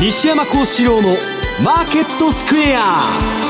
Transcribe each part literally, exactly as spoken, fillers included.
西山幸四郎のマーケットスクエア。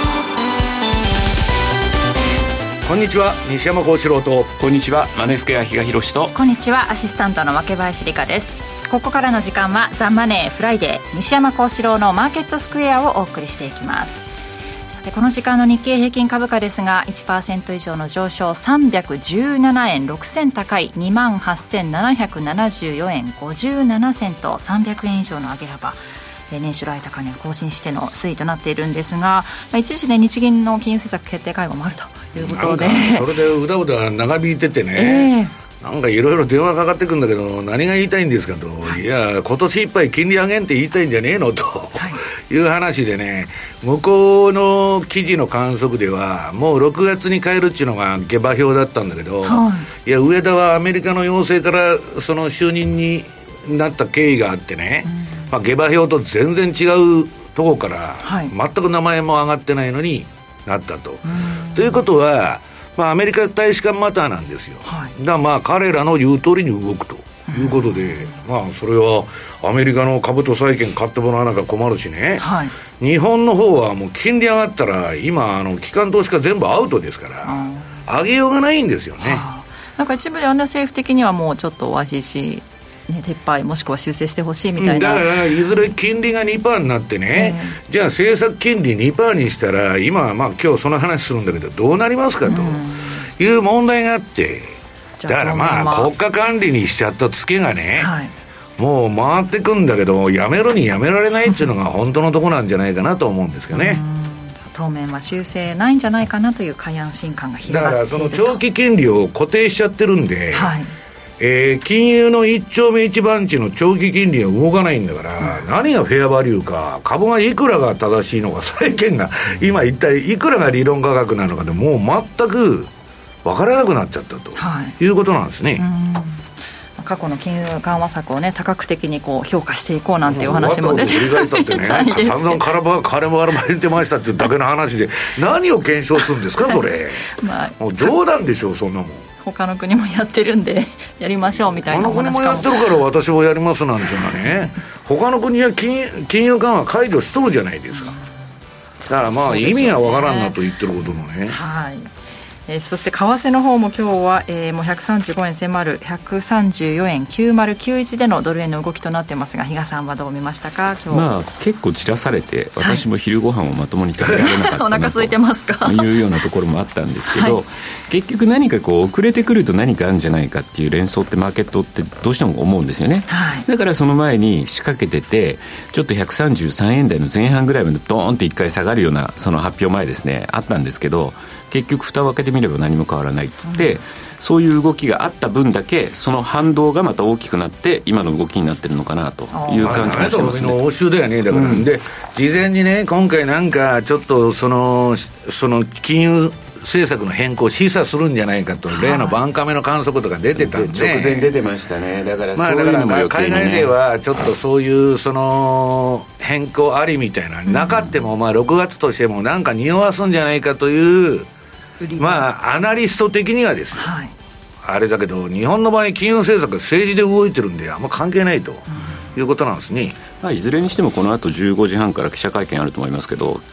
こんにちは、西山幸四郎と。 こんにちは、マネースクエア比嘉宏と。 こんにちは、アシスタントの若林理香です。ここからの時間はザ・マネーフライデー、西山幸四郎のマーケットスクエアをお送りしていきます。さて、この時間の日経平均株価ですが いちパーセント 以上の上昇、さんびゃくじゅうななえんろくせん高い にまんはっせんななひゃくななじゅうよえんごじゅうななセント、さんびゃくえん以上の上げ幅、年初来高値を更新しての推移となっているんですが、一時で日銀の金融政策決定会合もあるということで、 それでうだうだ長引いててね、えー、なんかいろいろ電話かかってくるんだけど、何が言いたいんですかと、はい、いや今年いっぱい金利上げんって言いたいんじゃねえのと、はい、いう話でね、向こうの記事の観測ではもうろくがつに変えるっていうのが下馬評だったんだけど、はい、いや上田はアメリカの要請からその就任になった経緯があってね、うん、まあ、下馬評と全然違うところから、はい、全く名前も上がってないのになったと。ということは、まあ、アメリカ大使館マターなんですよ、はい、だからまあ彼らの言う通りに動くということで、まあ、それはアメリカの株と債券買ってもらわなきゃ困るしね、はい、日本の方はもう金利上がったら今あの機関投資家全部アウトですから上げようがないんですよね。 なんか一部で政府的にはもうちょっと ワイシーシーね、撤廃もしくは修正してほしいみたいな、 だからいずれ金利が にパーセント になってね、えー、じゃあ政策金利 にパーセント にしたら今はまあ今日その話するんだけどどうなりますかという問題があって、だからまあ国家管理にしちゃったツケがね、はい、もう回ってくんだけどやめるにやめられないっていうのが本当のとこなんじゃないかなと思うんですけどね。 当面は修正ないんじゃないかなという過安心感が広がっていると。 だからその長期金利を固定しちゃってるんで、はい、えー、金融の一丁目一番地の長期金利が動かないんだから、うん、何がフェアバリューか、株がいくらが正しいのか、債券が今一体いくらが理論価格なのかでもう全く分からなくなっちゃったと、はい、いうことなんですね。 うん、過去の金融緩和策をね多角的にこう評価していこうなんていう話も出てる散々カラバカラバラ言ってましたっていうだけの話で何を検証するんですかそれ、まあ、もう冗談でしょうそんなもん。 他の国もやってるんでやりましょうみたいなお話かも。 他の国もやってるから私もやりますなんていうのはね他の国は 金, 金融緩和解除しとるじゃないですか。だからまあ意味がわからんなと言ってることもね、 はい。えー、そして為替の方も今日は、えー、もうひゃくさんじゅうごえん迫るひゃくさんじゅうよえんきゅうまるきゅういちでのドル円の動きとなってますが、比嘉さんはどう見ましたか今日。 まあ、結構散らされて私も昼ご飯をまともに食べられなかったなとお腹空いてますかいうようなところもあったんですけど、はい、結局何かこう遅れてくると何かあるんじゃないかっていう連想ってマーケットってどうしても思うんですよね、はい、だからその前に仕掛けててちょっとひゃくさんじゅうさんえん台の前半ぐらいまでドーンっていっかい下がるようなその発表前ですねあったんですけど、結局蓋を開けてみれば何も変わらないっつって、うん、そういう動きがあった分だけその反動がまた大きくなって今の動きになってるのかなという感じがしてますね。 応酬だよね。だから、うん、で事前にね今回なんかちょっとそのその金融政策の変更を示唆するんじゃないかと例のバンカメの観測とか出てたんで、 直前出てましたね。だからそういうのも余計にね、 まあ、だから海外ではちょっとそういうその変更ありみたいななかってもまあろくがつとしてもなんか匂わすんじゃないかというまあアナリスト的にはですね、はい、あれだけど日本の場合金融政策は政治で動いてるんであんま関係ないということなんですね、 まあ、いずれにしてもこの後じゅうごじはんから記者会見あると思いますけど、はい、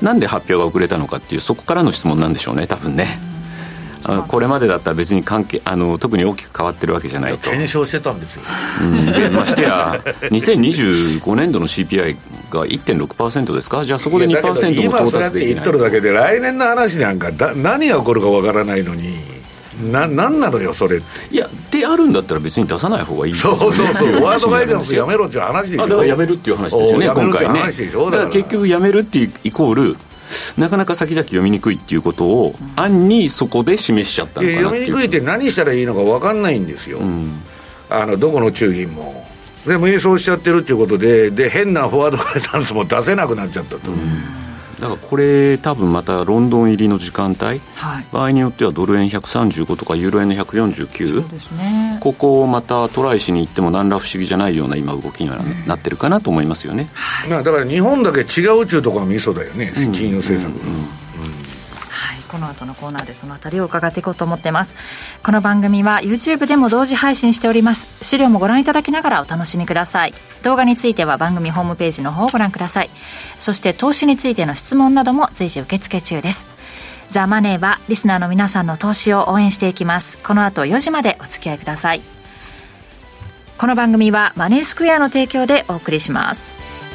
なんで発表が遅れたのかっていうそこからの質問なんでしょうね多分ね。あこれまでだったら別に関係あの特に大きく変わってるわけじゃないと検証してたんですよ、 うん、でましてやにせんにじゅうごねんどの シーピーアイ が いってんろくパーセント ですか。じゃあそこで にパーセント も到達できない。今そうやって言っとるだけで来年の話なんかだ何が起こるかわからないのにな何なのよそれ。 いやであるんだったら別に出さない方がいいですよね。 そうそうそうワードガイダンスやめろっていう話でしょ。 あだからやめるっていう話ですよね今回ね。だから結局やめるっていうイコールなかなか先々読みにくいっていうことを暗にそこで示しちゃったのかなっていう。 読みにくいって何したらいいのか分かんないんですよ、うん、あのどこの中銀もで迷走しちゃってるっていうことでで変なフォワードガイダンスも出せなくなっちゃったと、うん、 だからこれ多分またロンドン入りの時間帯、はい、場合によってはドル円ひゃくさんじゅうごとかユーロ円のひゃくよんじゅうきゅう、そうですね、ここをまたトライしに行っても何ら不思議じゃないような今動きにはなってるかなと思いますよね、 うん、だから日本だけ違うっていうところがミソだよね、うん、金融政策の、うんうんうん、 はい、 この後のコーナーでそのあたりを伺っていこうと思ってます。この番組は YouTube でも同時配信しております。資料もご覧いただきながらお楽しみください。動画については番組ホームページの方をご覧ください。そして投資についての質問なども随時受付中です。ザ・マネーはリスナーの皆さんの投資を応援していきます。この後よじまでお付き合いください。この番組はマネースクエアの提供でお送りします。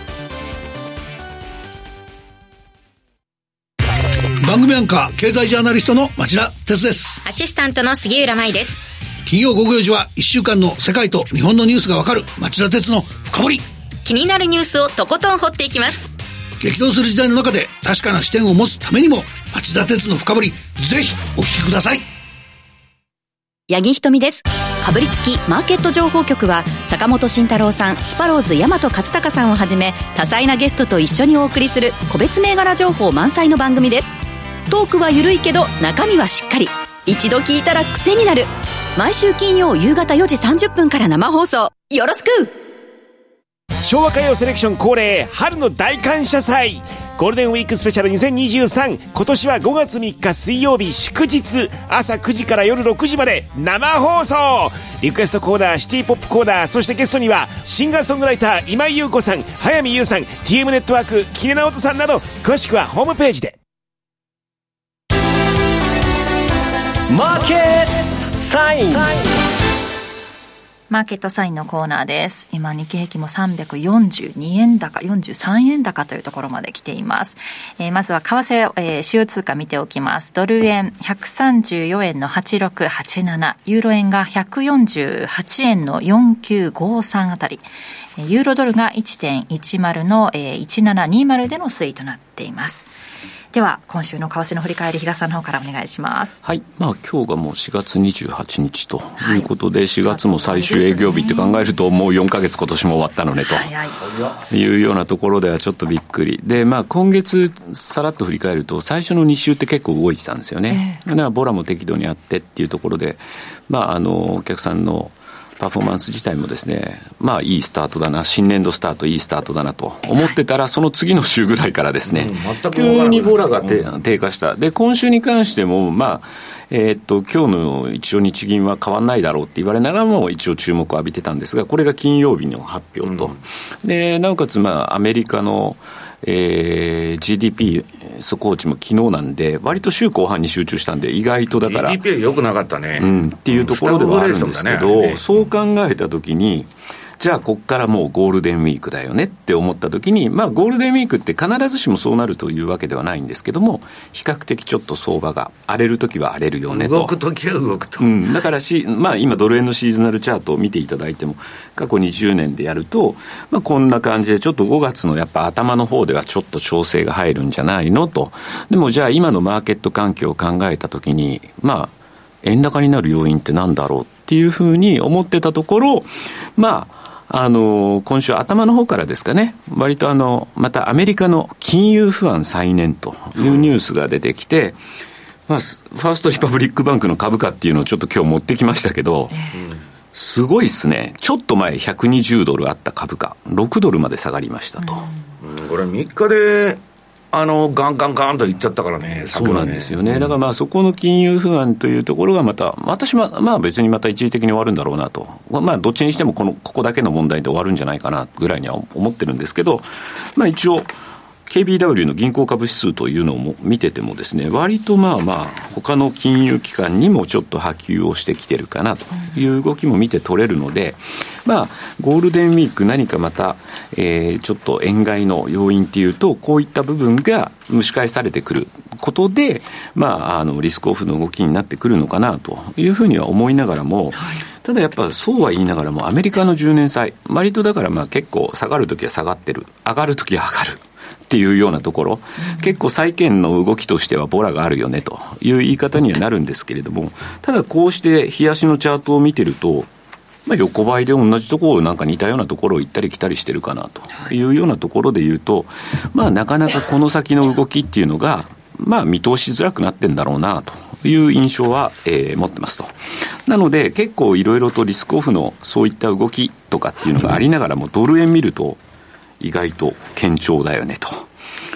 番組アンカー経済ジャーナリストの町田哲です。 アシスタントの杉浦舞です。 金曜午後よじはいっしゅうかんの世界と日本のニュースがわかる町田哲の深掘り。 気になるニュースをとことん掘っていきます。 激動する時代の中で確かな視点を持つためにも町田哲の深掘り、ぜひお聞きください。 八木ひとみです。かぶりつきマーケット情報局は坂本慎太郎さん、スパローズ大和勝孝さんをはじめ多彩なゲストと一緒にお送りする個別銘柄情報満載の番組です。トークは緩いけど中身はしっかり、一度聞いたら癖になる。毎週金曜夕方よじさんじゅっぷんから生放送、よろしく。 昭和歌謡セレクション恒例春の大感謝祭ゴールデンウィークスペシャルにせんにじゅうさん、今年はごがつみっか水曜日祝日、朝くじから夜ろくじまで生放送。リクエストコーナー、シティポップコーナー、そしてゲストにはシンガーソングライター今井優子さん、早見優さん、 ティーエム ネットワーク木根直人さんなど、詳しくはホームページで。 マーケットサイン。 マーケットサインのコーナーです。今日経平均もさんびゃくよんじゅうにえん高、よんじゅうさんえん高というところまで来ています。えー、まずは為替、えー、主要通貨見ておきます。ドル円ひゃくさんじゅうよえんのはちろくはちなな、ユーロ円がひゃくよんじゅうはちえんのよんきゅうごさんあたり、ユーロドルが いってんいちまる の、えー、いちななにまるでの推移となっています。では今週の為替の振り返り、比嘉さんの方からお願いします。 はい、まあ今日がもうしがつにじゅうはちにちということで、はい、しがつも最終営業日って考えるともうよんかげつ今年も終わったのねというようなところではちょっとびっくりで、まあ今月さらっと振り返ると最初のに週って結構動いてたんですよね、えー、だからボラも適度にあってっていうところで、まああのお客さんのパフォーマンス自体もですね、まあいいスタートだな、新年度スタートいいスタートだなと思ってたら、その次の週ぐらいからですね、うん、急にボラが低下した。で今週に関してもまあえー、っと今日の一応日銀は変わんないだろうって言われながらも一応注目を浴びてたんですが、これが金曜日の発表と、うん、でなおかつまあアメリカのえー、ジーディーピー 速報値も昨日なんで割と週後半に集中したんで、意外とだからジーディーピー 良くなかったね、 うん、っていうところではあるんですけど、うんね、そう考えたときにじゃあこっからもうゴールデンウィークだよねって思ったときに、まあゴールデンウィークって必ずしもそうなるというわけではないんですけども、比較的ちょっと相場が荒れるときは荒れるよねと、 動くときは動くと、 うん、だからし、まあ、今ドル円のシーズナルチャートを見ていただいても過去にじゅうねんでやると、まあ、こんな感じでちょっとごがつのやっぱ頭の方ではちょっと調整が入るんじゃないのと。でもじゃあ今のマーケット環境を考えたときに、まあ円高になる要因ってなんだろうっていうふうに思ってたところ、まああの今週頭の方からですかね、割とあのまたアメリカの金融不安再燃というニュースが出てきて、まあ、ファーストリパブリックバンクの株価っていうのをちょっと今日持ってきましたけど、すごいですね。ちょっと前ひゃくにじゅうドルあった株価ろくドルまで下がりましたと、 うん、これみっかであのガンガンガンといっちゃったからね。 そうなんですよね、うん、だからまあそこの金融不安というところがまた私はまあ別にまた一時的に終わるんだろうなと、まあどっちにしてもこのここだけの問題で終わるんじゃないかなぐらいには思ってるんですけど、まあ一応ケービーダブリュー の銀行株指数というのを見ててもですね、割とまあまあ他の金融機関にもちょっと波及をしてきてるかなという動きも見て取れるので、まあゴールデンウィーク何かまた、えー、ちょっと円買いの要因っていうと、こういった部分が蒸し返されてくることで、まああのリスクオフの動きになってくるのかなというふうには思いながらも、ただやっぱそうは言いながらもアメリカのじゅうねん債割とだからまあ結構下がるときは下がってる、上がるときは上がるっていうようなところ、うん、結構債券の動きとしてはボラがあるよねという言い方にはなるんですけれども、ただこうして日足のチャートを見てると、まあ、横ばいで同じところをなんか似たようなところを行ったり来たりしてるかなというようなところで言うと、まあなかなかこの先の動きっていうのがまあ見通しづらくなってんだろうなという印象は、えー、持ってますと。なので結構いろいろとリスクオフのそういった動きとかっていうのがありながらも、ドル円見ると意外と堅調だよねと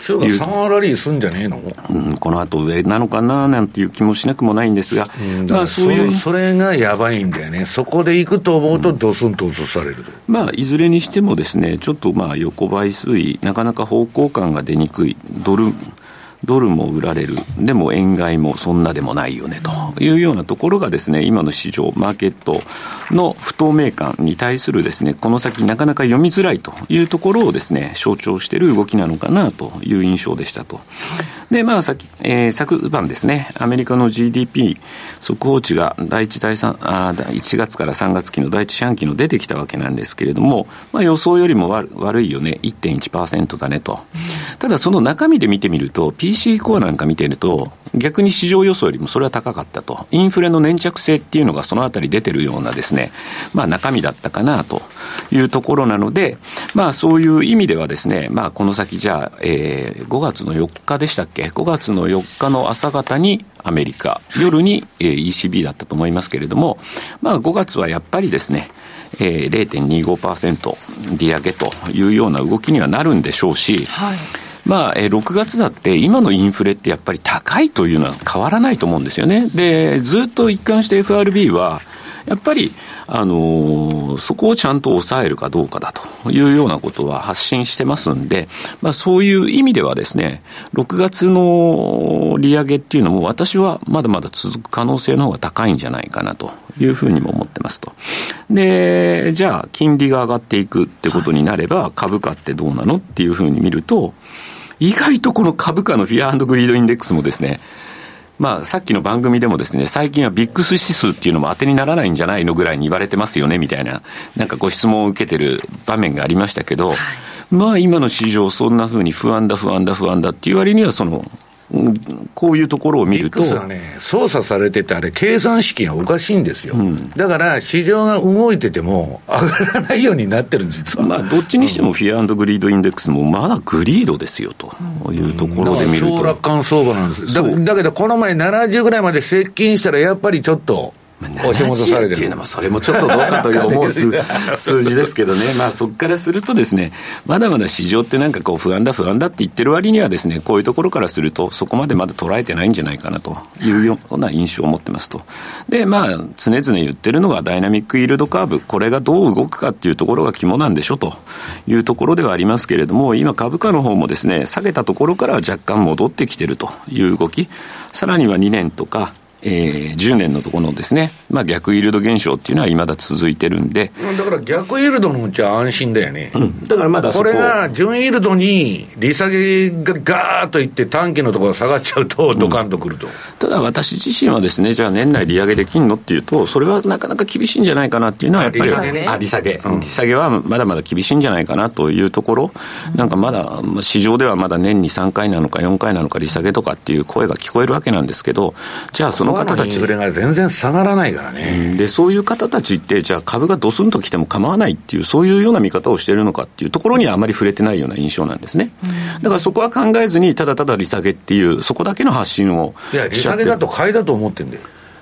そうか、さんラリーすんじゃねえの、 うん、この後上なのかななんていう気もしなくもないんですが、 うん、だからそういう、それがやばいんだよね。そこで行くと思うとドスンと移されると、うん、 まあいずれにしてもですね、ちょっとまあ横ばい推移、なかなか方向感が出にくい、ドルドルも売られる、でも円買いもそんなでもないよねというようなところがですね、今の市場マーケットの不透明感に対するですね、この先なかなか読みづらいというところをですね象徴している動きなのかなという印象でしたと。でまあ先、えー、昨晩ですね、アメリカの ジーディーピー 速報値が第一第三あいちがつからさんがつ期の第一四半期の出てきたわけなんですけれども、まあ、予想よりも悪悪いよね いってんいちパーセント だねと。ただその中身で見てみると ピーシー コアなんか見てると逆に市場予想よりもそれは高かったと。インフレの粘着性っていうのがそのあたり出てるようなですね、まあ中身だったかなというところなので、まあそういう意味ではですね、まあこの先じゃあ、えー、ごがつのよっかでしたっけ、ごがつのよっかの朝方にアメリカ、夜に、えー、イーシービー だったと思いますけれども、まあごがつはやっぱりですね、えー、ゼロてんにごパーセント 利上げというような動きにはなるんでしょうし、はい、まあ、えー、ろくがつだって今のインフレってやっぱり高いというのは変わらないと思うんですよね。で、ずっと一貫して エフアールビー はやっぱり、あのー、そこをちゃんと抑えるかどうかだというようなことは発信してますんで、まあそういう意味ではですね、ろくがつの利上げっていうのも私はまだまだ続く可能性の方が高いんじゃないかなというふうにも思ってますと。で、じゃあ金利が上がっていくってことになれば株価ってどうなのっていうふうに見ると、意外とこの株価のフィア&グリードインデックスもですね、まあさっきの番組でもですね、最近はビックス指数っていうのも当てにならないんじゃないのぐらいに言われてますよねみたいな、なんかご質問を受けてる場面がありましたけど、はい、まあ今の市場そんな風に不安だ不安だ不安だっていう割にはそのこういうところを見ると、 ミックスはね、操作されててあれ計算式がおかしいんですよ、うん、だから市場が動いてても上がらないようになってるんです実は。 まあどっちにしてもフィア&グリードインデックスもまだグリードですよというところで見ると、うん、 超楽観相場なんです。 だ, だけどこの前ななじゅうぐらいまで接近したらやっぱりちょっと押し戻されてるっていうのもそれもちょっとどうかという思う数, 数字ですけどね、まあそこからするとですね、まだまだ市場ってなんかこう不安だ不安だって言ってる割にはですね、こういうところからするとそこまでまだ捉えてないんじゃないかなというような印象を持ってますと。でまあ常々言ってるのがダイナミックイールドカーブ、これがどう動くかっていうところが肝なんでしょというところではありますけれども、今株価の方もですね、下げたところから若干戻ってきてるという動き、さらにはにねんとかえー、じゅうねんのところのですね、まあ、逆イールド現象っていうのは未だ続いてるんで、 だから逆イールドのうちは安心だよね、 うん、だからまだそここれが準イールドに利下げがガーッといって短期のところが下がっちゃうとドカンとくると、うん、 ただ私自身はですね、じゃあ年内利上げできんのっていうと、それはなかなか厳しいんじゃないかなっていうのはやっぱり、利下げね、あ利下げ、うん、利下げはまだまだ厳しいんじゃないかなというところ、うん、なんかまだ市場ではまだ年にさんかいなのかよんかいなのか利下げとかっていう声が聞こえるわけなんですけど、じゃあその方たち全然下がらないからね、 うん、でそういう方たちってじゃあ株がドスンと来ても構わないっていう、そういうような見方をしているのかっていうところにはあまり触れてないような印象なんですね、うん、だからそこは考えずにただただ利下げっていうそこだけの発信をいや利下げだと買いだと思ってんだよ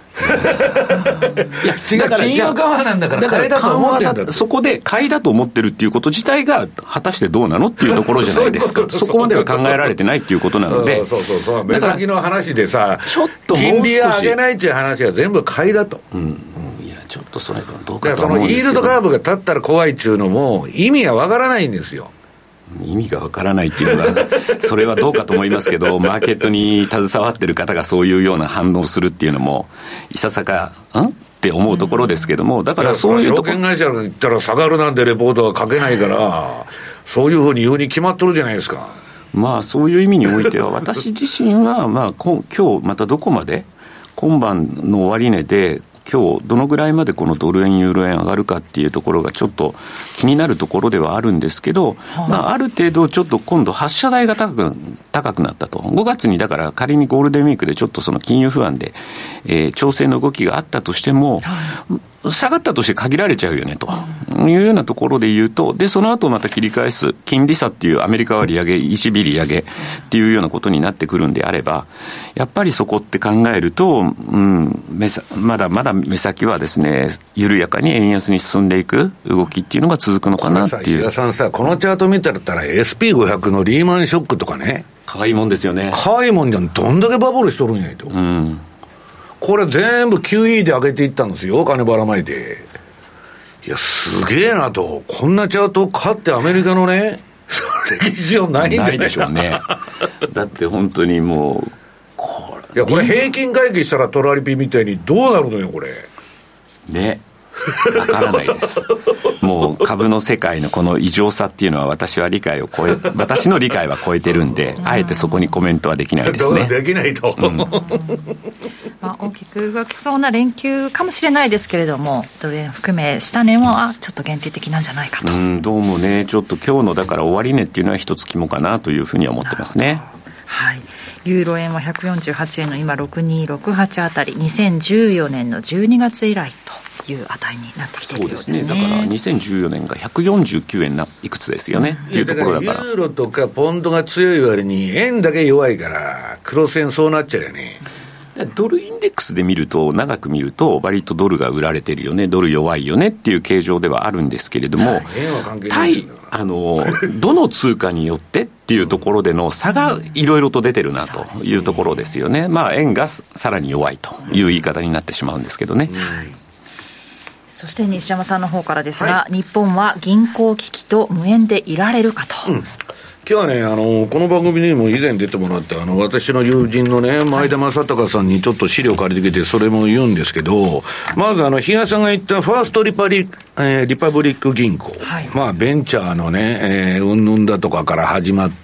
いや違う、金融緩和なんだから買いだと思ってんだ、 そこで買いだと思ってるっていうこと自体が果たしてどうなのっていうところじゃないですかそこまでは考えられてないっていうことなので、 そうそうそう目先の話でさ、ちょっと金利上げないっていう話は全部買いだと、うんうん、 いやちょっとそれどうかと思うんですけど、 そのイールドカーブが立ったら怖いっていうのも意味がわからないんですよ。 意味がわからないっていうのがそれはどうかと思いますけどマーケットに携わってる方がそういうような反応するっていうのもいささかんって思うところですけども、だからそういうところ、 証券会社が言ったら下がるなんてレポートは書けないからそういうふうに言うに決まっとるじゃないですか。 まあそういう意味においては私自身はまあ今日またどこまで今晩の終値で今日どのぐらいまでこのドル円ユーロ円上がるかっていうところがちょっと気になるところではあるんですけど、はい、まあ、ある程度ちょっと今度発射台が高く、高くなったと。ごがつにだから仮にゴールデンウィークでちょっとその金融不安で、えー、調整の動きがあったとしても、はい、 下がったとして限られちゃうよねというようなところで言うと、でその後また切り返す金利差っていうアメリカは利上げ イーシービー 利上げっていうようなことになってくるんであれば、やっぱりそこって考えると、うん、目さまだまだ目先はですね緩やかに円安に進んでいく動きっていうのが続くのかなっていう。 比嘉さんさ、このチャート見たら エスピーごひゃく のリーマンショックとかね、 かわいいもんですよね。 かわいいもんじゃん。どんだけバブルしとるんやと、うん、これ全部 キューイー で上げていったんですよ、金ばらまいて。いやすげえなと、こんなチャート勝ってアメリカのね歴史上ないんじゃないでしょうねだって本当にもうこれ、いやこれ平均回帰したらトラリピみたいにどうなるのよこれね。わからないですもう株の世界のこの異常さっていうのは私は理解を超え私の理解は超えてるんで、あえてそこにコメントはできないですね。 できないと、うんまあ、大きく動きそうな連休かもしれないですけれども、ドル円含め下値もちょっと限定的なんじゃないかと。 うんどうもね、ちょっと今日のだから終値っていうのは一つ肝かなというふうには思ってますね。 はい、ユーロ円はひゃくよんじゅうはちえんの今ろくにろくはちあたり、にせんじゅうよねんのじゅうにがつ以来という値になってきているようですね。 そうですね。だからにせんじゅうよねんがひゃくよんじゅうきゅうえんないくつですよね、っていうところだから。 だからユーロとかポンドが強い割に円だけ弱いからクロス円そうなっちゃうよね。 ドルインデックスで見ると、長く見ると割とドルが売られてるよね、ドル弱いよねっていう形状ではあるんですけれども、 円は関係ないんだ対あのどの通貨によってっていうところでの差がいろいろと出てるなというところですよね。まあ円がさらに弱いという言い方になってしまうんですけどね、うん、 そして西山さんの方からですが、はい、日本は銀行危機と無縁でいられるかと、うん今日はね、あのこの番組にも以前出てもらったあの私の友人のね前田正孝さんにちょっと資料借りてきてそれも言うんですけど、まずあの比嘉さんが言ったファーストリパリ、えー、リパブリック銀行、はい、まあベンチャーのね、えー、うんぬんだとかから始まって、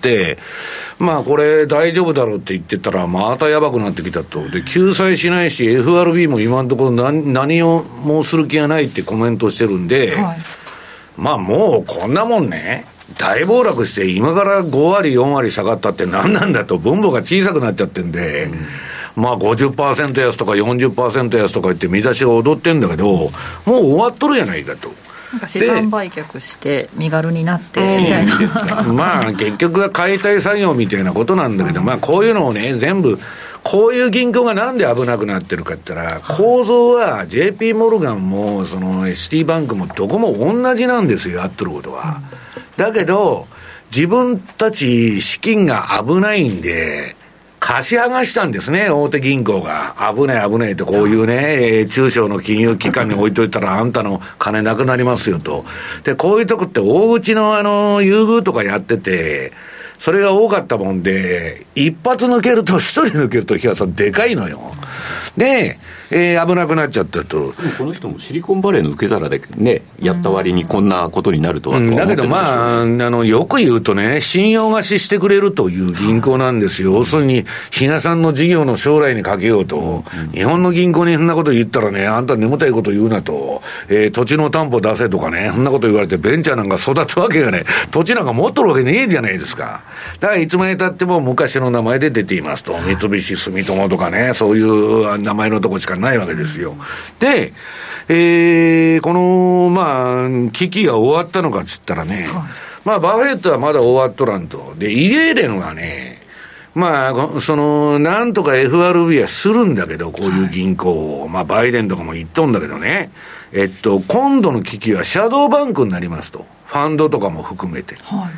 まあこれ大丈夫だろうって言ってたらまたやばくなってきたと。で救済しないし エフアールビー も今のところ 何, 何をもうする気がないってコメントしてるんで、はい、まあもうこんなもんね大暴落して今からごわりよんわり下がったって何なんだと、分母が小さくなっちゃってんで、うん、まあ ごじゅっパーセント 安とか よんじゅっパーセント 安とか言って見出しが踊ってんだけど、もう終わっとるじゃないかと。 なんか資産売却して身軽になってみたいな、 うん、まあ結局は解体作業みたいなことなんだけど、まあこういうのをね全部こういう銀行がなんで危なくなってるかって言ったら、構造は ジェーピー モルガンもそのシティバンクもどこも同じなんですよ、やってることは。だけど自分たち資金が危ないんで貸し剥がしたんですね、大手銀行が。危ない危ないと、こういうね、えー、中小の金融機関に置いといたらあんたの金なくなりますよと。でこういうとこって大口のあの優遇とかやってて、それが多かったもんで、一発抜けると一人抜けると比嘉さんでかいのよ。でえー、危なくなっちゃったと。 この人もシリコンバレーの受け皿でね、やった割にこんなことになるとはとは思ってるんでしょうね。 だけどまあ、あの、よく言うとね、信用貸ししてくれるという銀行なんですよ。要するに、比嘉さんの事業の将来にかけようと、うん、日本の銀行にそんなこと言ったらね、あんた眠たいこと言うなと、えー、土地の担保出せとかね、そんなこと言われてベンチャーなんか育つわけがね、土地なんか持っとるわけねえじゃないですか。だからいつまで経っても昔の名前で出ていますと。三菱住友とかね、そういう名前のとこしかないわけですよ。で、えー、このまあ危機が終わったのかっつったらね、はい、まあバフェットはまだ終わっとらんと。でイエーレンはね、まあそのなんとか エフアールビー はするんだけど、こういう銀行を、はい、まあバイデンとかも言っとんだけどね、えっと今度の危機はシャドーバンクになりますと、ファンドとかも含めて、はい、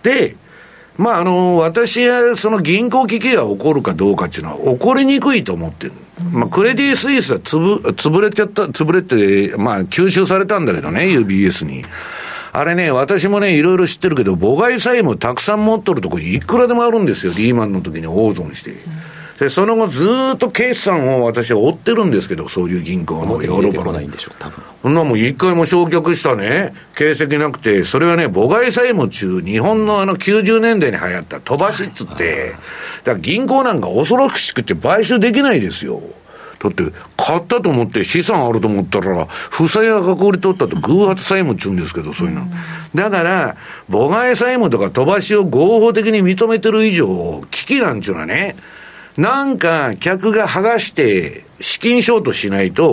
でまああの私はその銀行危機が起こるかどうかっていうのは起こりにくいと思ってる。まあ、クレディ・スイスはつぶ潰れちゃった、潰れて、まあ、吸収されたんだけどね、ユービーエス に。あれね、私もね、いろいろ知ってるけど、母外債務たくさん持っとるとこいくらでもあるんですよ、リーマンの時に大損して。で、その後ずーっと決算を私は追ってるんですけど、そういう銀行のヨーロッパの。ないんでしょう、多分。そんなもん一回も償却したね、形跡なくて、それはね、母外債務中、日本のあのきゅうじゅうねんだいに流行った飛ばしっつって、だから銀行なんか恐ろしくて買収できないですよ。だって買ったと思って資産あると思ったら負債が囲り取ったと偶発債務っちゅうんですけど、そういうの、うん、だから母外債務とか飛ばしを合法的に認めてる以上危機なんちゅうのはね、なんか客が剥がして資金ショートしないと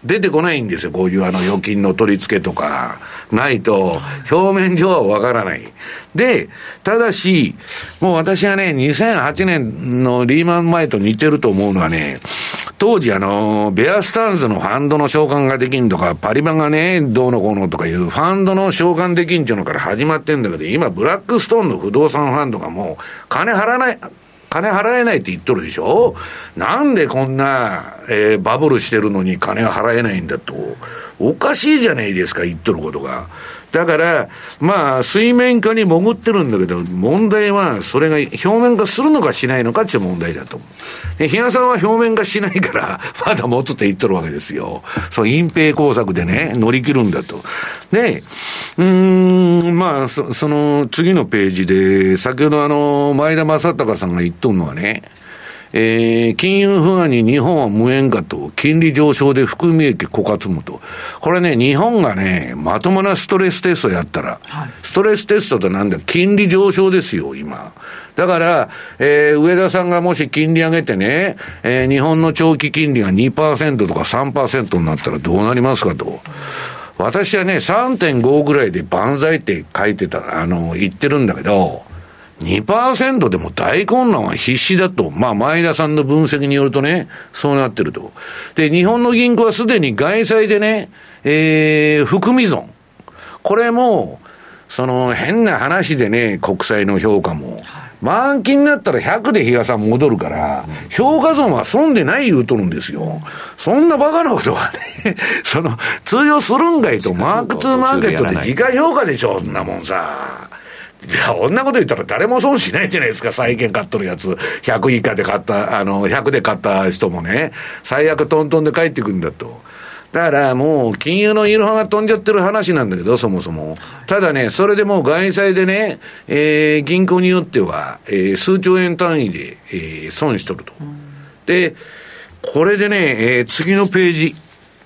出てこないんですよ。こういうあの預金の取り付けとかないと表面上はわからない。で、ただしもう私はねにせんはちねんのリーマン前と似てると思うのはね、当時あのベアスタンズのファンドの償還ができんとかパリバがねどうのこうのとかいうファンドの償還できんちゅうのから始まってんだけど、今ブラックストーンの不動産ファンドがもう金払わない金払えないって言っとるでしょ。なんでこんな、えー、バブルしてるのに金が払えないんだと。おかしいじゃないですか、言っとることが。だから、まあ、水面下に潜ってるんだけど、問題は、それが表面化するのかしないのかっていう問題だと思う。で、比嘉さんは表面化しないから、まだ持つって言っとるわけですよ。そう、隠蔽工作でね、乗り切るんだと。で、うーん、まあ、そ, その、次のページで、先ほどあの、前田正孝さんが言っとるのはね、えー、金融不安に日本は無縁かと、金利上昇で含み益枯渇もと。これね、日本がね、まともなストレステストやったら、はい、ストレステストってなんだ、金利上昇ですよ、今。だから、えー、上田さんがもし金利上げてね、えー、日本の長期金利が にパーセント とか さんパーセント になったらどうなりますかと。私はね、さんてんご ぐらいで万歳って書いてた、あの、言ってるんだけど、にパーセント でも大混乱は必至だと。まあ、前田さんの分析によるとね、そうなってると。で、日本の銀行はすでに外債でね、えー、含み損。これも、その、変な話でね、国債の評価も。満期になったらひゃくで比嘉さん戻るから、評価損は損でない言うとるんですよ。そんなバカなことはね、その、通用するんかいと、マークツーマーケットって時価評価でしょ、そんなもんさ。いや、こんなこと言ったら誰も損しないじゃないですか、債券買っとるやつ。ひゃく以下で買った、あの、ひゃくで買った人もね、最悪トントンで帰ってくるんだと。だからもう、金融のイルハが飛んじゃってる話なんだけど、そもそも。ただね、それでもう外債でね、えー、銀行によっては、えー、数兆円単位で、えー、損しとると。で、これでね、えー、次のページ。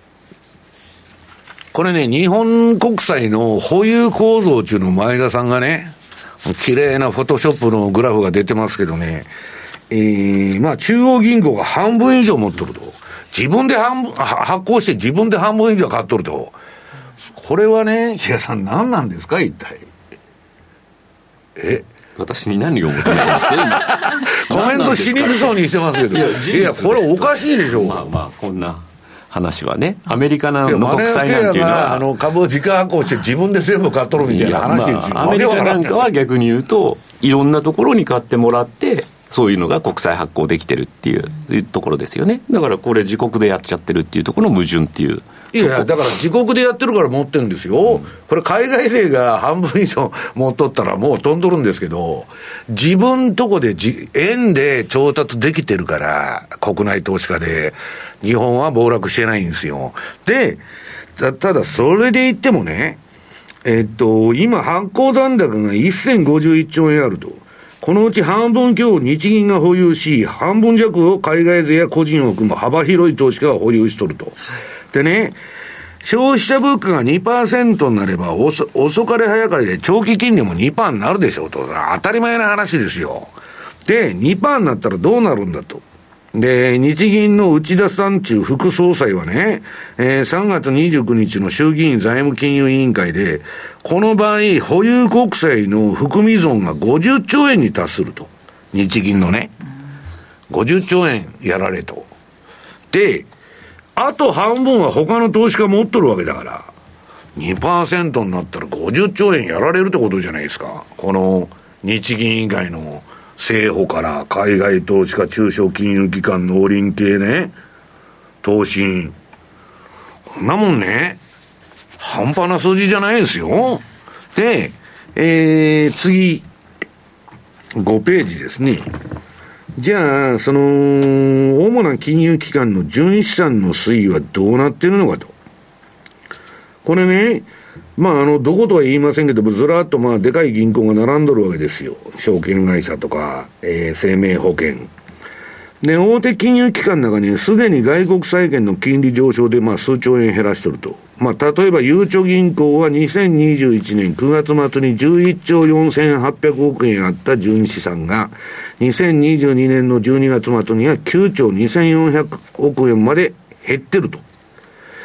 これね、日本国債の保有構造中の前田さんがね、綺麗なフォトショップのグラフが出てますけどね、えー、まあ中央銀行が半分以上持っとると。自分で半分、発行して自分で半分以上買っとると。これはね、比嘉さん何なんですか、一体。え私に何を求めてますコメントしにくそうにしてますけど。いや、いやこれおかしいでしょう。 まあまあ、こんな。話はね、アメリカの国債なんていうのはあの株を自家発行して自分で全部買っとるみたいな話ですよ。 まあ、アメリカなんかは逆に言うといろんなところに買ってもらってそういうのが国債発行できてるっていうところですよね。だからこれ自国でやっちゃってるっていうところの矛盾っていう。 いやだから自国でやってるから持ってるんですよ、うん、これ海外勢が半分以上持っとったらもう飛んどるんですけど、自分とこでじ円で調達できてるから国内投資家で日本は暴落してないんですよ。で た, ただそれで言ってもね、えっと今発行残高がせんごじゅういっちょうえんあると。このうち半分強を日銀が保有し、半分弱を海外勢や個人を含む幅広い投資家が保有しとると。でね、消費者物価が にパーセント になれば遅、遅かれ早かれで長期金利も にパーセント になるでしょうと。当たり前な話ですよ。で、にパーセント になったらどうなるんだと。で、日銀の内田三中副総裁はね、えー、さんがつにじゅうくにちの衆議院財務金融委員会で、この場合、保有国債の含み損がごじゅっちょうえんに達すると。日銀のね。ごじゅっちょうえんやられと。で、あと半分は他の投資家持っとるわけだから、にパーセント になったらごじゅっちょうえんやられるってことじゃないですか。この日銀以外の政府から海外投資家、中小金融機関、農林系ね、投信。こんなもんね、半端な数字じゃないですよ。で、えー、次、ごページですね。じゃあ、その、主な金融機関の純資産の推移はどうなってるのかと。これね、まあ、あの、どことは言いませんけども、ずらっとまあ、でかい銀行が並んどるわけですよ。証券会社とか、えー、生命保険。で、大手金融機関の中にすでに外国債券の金利上昇でまあ、数兆円減らしとると。まあ、例えば、ゆうちょ銀行はにせんにじゅういちねんくがつ末にじゅういっちょうよんせんはっぴゃくおくえんあった純資産が、にせんにじゅうにねんのじゅうにがつ末にはきゅうちょうにせんよんひゃくおくえんまで減ってると。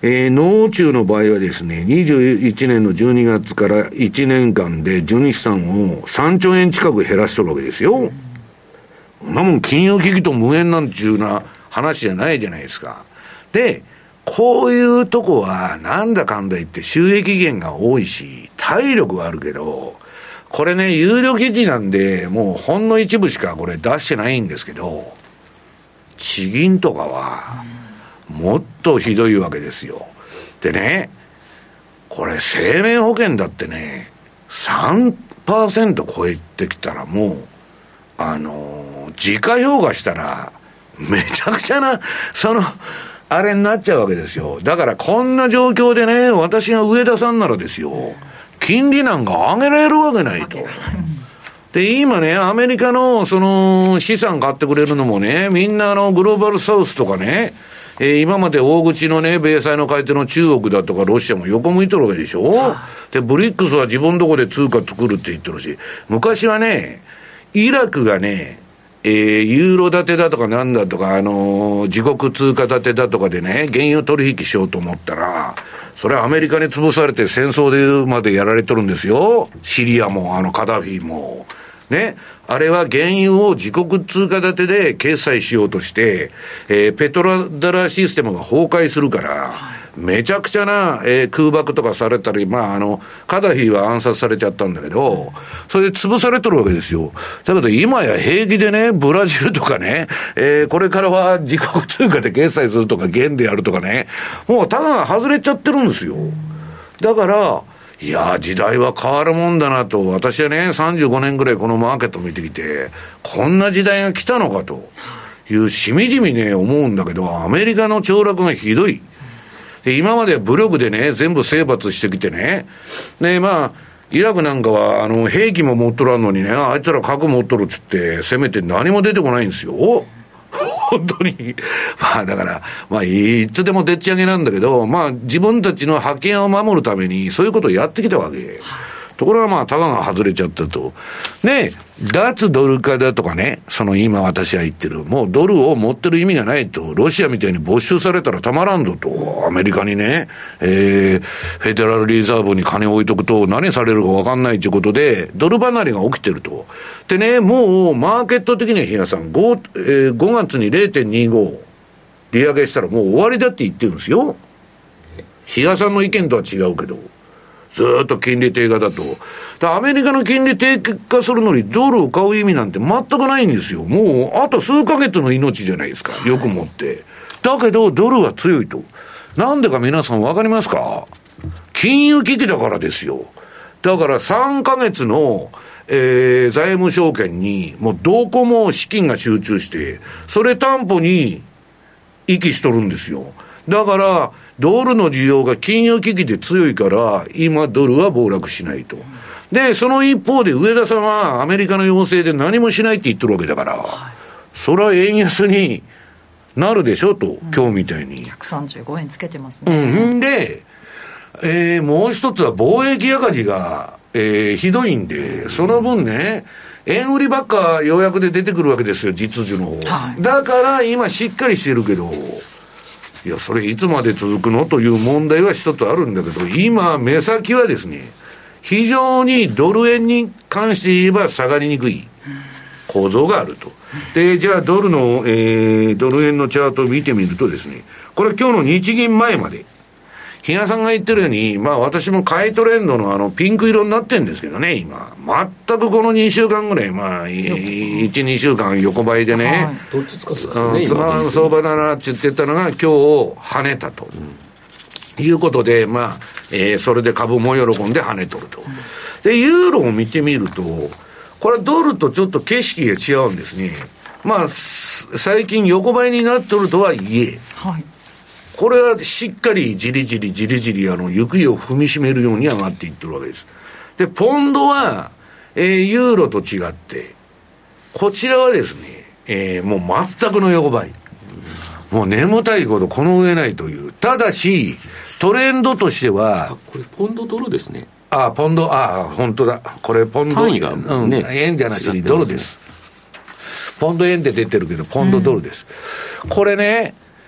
えー、農中の場合はですね、にじゅういちねんのじゅうにがつからいちねんかんで純資産をさんちょうえん近く減らしとるわけですよ。そんなもん金融危機と無縁なんちゅうな話じゃないじゃないですか。で、こういうとこはなんだかんだ言って収益源が多いし、体力はあるけど、これね、有料危機なんで、もうほんの一部しかこれ出してないんですけど、地銀とかは、もっとひどいわけですよ。でね、これ生命保険だってね、さんパーセント 超えてきたらもう、あの、自家評価したら、めちゃくちゃな、その、あれになっちゃうわけですよ。だからこんな状況でね、私が上田さんならですよ、金利なんか上げられるわけないと。で、今ね、アメリカのその資産買ってくれるのもね、みんなあのグローバルサウスとかね、えー、今まで大口のね、米債の買い手の中国だとかロシアも横向いとるわけでしょ。で、ブリックスは自分どこで通貨作るって言ってるし、昔はね、イラクがね、えー、ユーロ建てだとかなんだとか、あのー、自国通貨建てだとかでね、原油取引しようと思ったら、それはアメリカに潰されて戦争でまでやられてるんですよ。シリアも、あの、カダフィも。ね。あれは原油を自国通貨建てで決済しようとして、えー、ペトロダラーシステムが崩壊するから、めちゃくちゃな、えー、空爆とかされたり、まあ、あの、カダフィは暗殺されちゃったんだけど、それで潰されとるわけですよ。だけど今や平気でね、ブラジルとかね、えー、これからは自国通貨で決済するとか、元でやるとかね、もうただ外れちゃってるんですよ。だから、いやー、時代は変わるもんだなと、私はね、さんじゅうごねんぐらいこのマーケットを見てきて、こんな時代が来たのかという、しみじみね、思うんだけど、アメリカの凋落がひどい。で、今まで武力でね、全部征伐してきてね、で、まあ、イラクなんかは、あの、兵器も持っとらんのにね、あいつら核持っとるっつって、攻めて何も出てこないんですよ。本当に。まあだから、まあいつでもでっち上げなんだけど、まあ自分たちの覇権を守るためにそういうことをやってきたわけ。ところがまあタガが外れちゃったと。ね、脱ドル化だとかね、その今私は言ってる、もうドルを持ってる意味がないと、ロシアみたいに没収されたらたまらんぞと、アメリカにね、えー、フェデラルリザーブに金を置いとくと何されるか分かんないということで、ドル離れが起きてると。でね、もうマーケット的には比嘉さん、5、えー、ごがつに ゼロてんにご 利上げしたらもう終わりだって言ってるんですよ。比嘉さんの意見とは違うけど。ずーっと金利低下だと。だアメリカの金利低下するのにドルを買う意味なんて全くないんですよ。もうあと数ヶ月の命じゃないですか。よく持って。だけどドルは強いと。なんでか皆さんわかりますか？金融危機だからですよ。だからさんかげつの、えー、財務証券にもうどこも資金が集中して、それ担保に息しとるんですよ。だから、ドルの需要が金融危機で強いから、今ドルは暴落しないと。で、その一方で上田さんはアメリカの要請で何もしないって言ってるわけだから、それは円安になるでしょと、今日みたいに。 ひゃくさんじゅうごえんつけてますね。 うん。で、えー、もう一つは貿易赤字が、えー、ひどいんで、その分ね、円売りばっかようやくで出てくるわけですよ、実需の方。はい、だから今しっかりしてるけど、いや、それいつまで続くのという問題は一つあるんだけど、今、目先はですね、非常にドル円に関して言えば下がりにくい構造があると。で、じゃあドルの、えー、ドル円のチャートを見てみるとですね、これ今日の日銀前まで、比嘉さんが言ってるように、まあ私も買いトレンドのあのピンク色になってるんですけどね、今。全くこのにしゅうかんぐらい、まあ、いち、にしゅうかん横ばいでね、はい、 どっちつかずですね。 つまらん相場だなって言ってたのが今日跳ねたと。うん、いうことで、まあ、えー、それで株も喜んで跳ねとると。うん、で、ユーロを見てみると、これはドルとちょっと景色が違うんですね。まあ、最近横ばいになっとるとはいえ、はい、これはしっかりじりじりじりじりあの行方を踏みしめるように上がっていってるわけです。で、ポンドは、えー、ユーロと違って、こちらはですね、えー、もう全くの横ばい。もう眠たいほどこの上ないという。ただし、トレンドとしては、 これポンドドルですね。 ああ、ポンド、ああ、本当だ。これポンド、 単位がね、 うん、円じゃなしにドルです。ポンド円って出てるけど、ポンドドルです。うん、これね、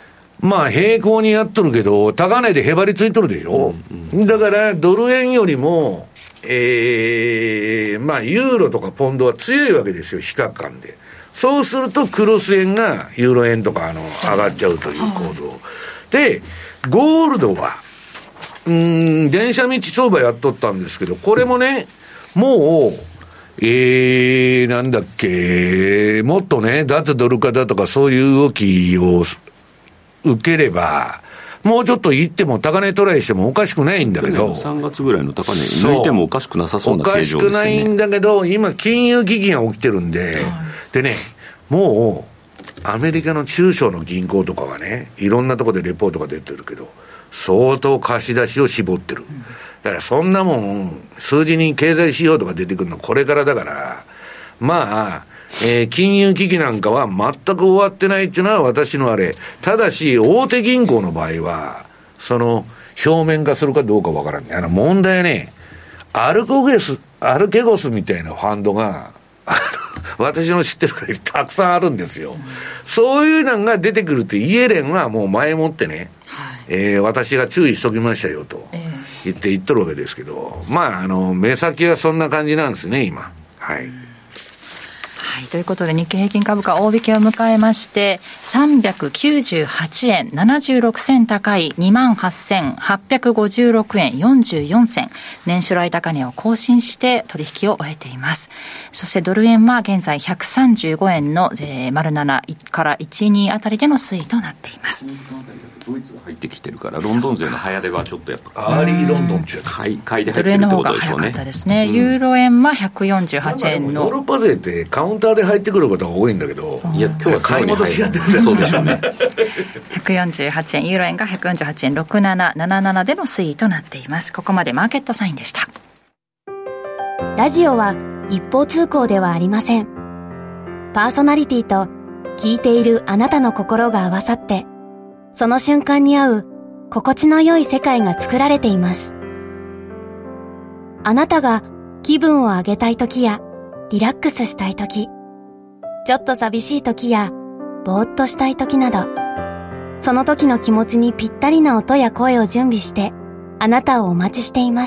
まあ平行にやっとるけど高値でへばりついとるでしょ、うんうん、だからドル円よりもえー、まあユーロとかポンドは強いわけですよ、比較感で。そうするとクロス円がユーロ円とかあの上がっちゃうという構造で、ゴールドはうーん電車道相場やっとったんですけど、これもねもうえー、なんだっけ、もっとね脱ドル化だとかそういう動きを受ければもうちょっと行っても高値トライしてもおかしくないんだけど、 さんがつぐらいの高値抜いてもおかしくなさそうな形状ですよね。 おかしくないんだけど今金融危機が起きてるんで、でねもうアメリカの中小の銀行とかはねいろんなところでレポートが出てるけど相当貸し出しを絞ってる。だからそんなもん数字に経済指標とか出てくるのこれからだから、まあえー、金融危機なんかは全く終わってないっていうのは私のあれ。ただし大手銀行の場合はその表面化するかどうかわからない。あの問題はね、アルコゲスアルケゴスみたいなファンドが私の知ってる限りたくさんあるんですよ、うん、そういうのが出てくるってイエレンはもう前もってね、はい、えー、私が注意しときましたよと言って言っとるわけですけど、まああの目先はそんな感じなんですね今。はい、 はい、ということで日経平均株価大引けを迎えましてさんびゃくきゅうじゅうはちえんななじゅうろくせん高い にまんはっせんはっぴゃくごじゅうろくえんよんじゅうよんせん、年初来高値を更新して取引を終えています。そしてドル円は現在ひゃくさんじゅうごえんの丸ななからいちにあたりでの推移となっています。 ドイツが入ってきてるからロンドン勢の早出はちょっとやっぱアーリーロンドン中買い買いで入ってるってことでしょうね。 ドル円の方が早かったですね、うん、ユーロ円はひゃくよんじゅうはちえんのヨーロッパ勢ってカウンターで入ってくることが多いんだけど、 いや今日は買い戻しやってるんだそうでしょうねひゃくよんじゅうはちえん、ユーロ円がひゃくよんじゅうはちえんろくななななななでの推移となっています。ここまでマーケットサインでした。 ラジオは一方通行ではありません。パーソナリティと聞いているあなたの心が合わさってその瞬間に合う心地の良い世界が作られています。あなたが気分を上げたい時やリラックスしたい時、ちょっと寂しい時やぼーっとしたい時など、その時の気持ちにぴったりな音や声を準備してあなたをお待ちしています。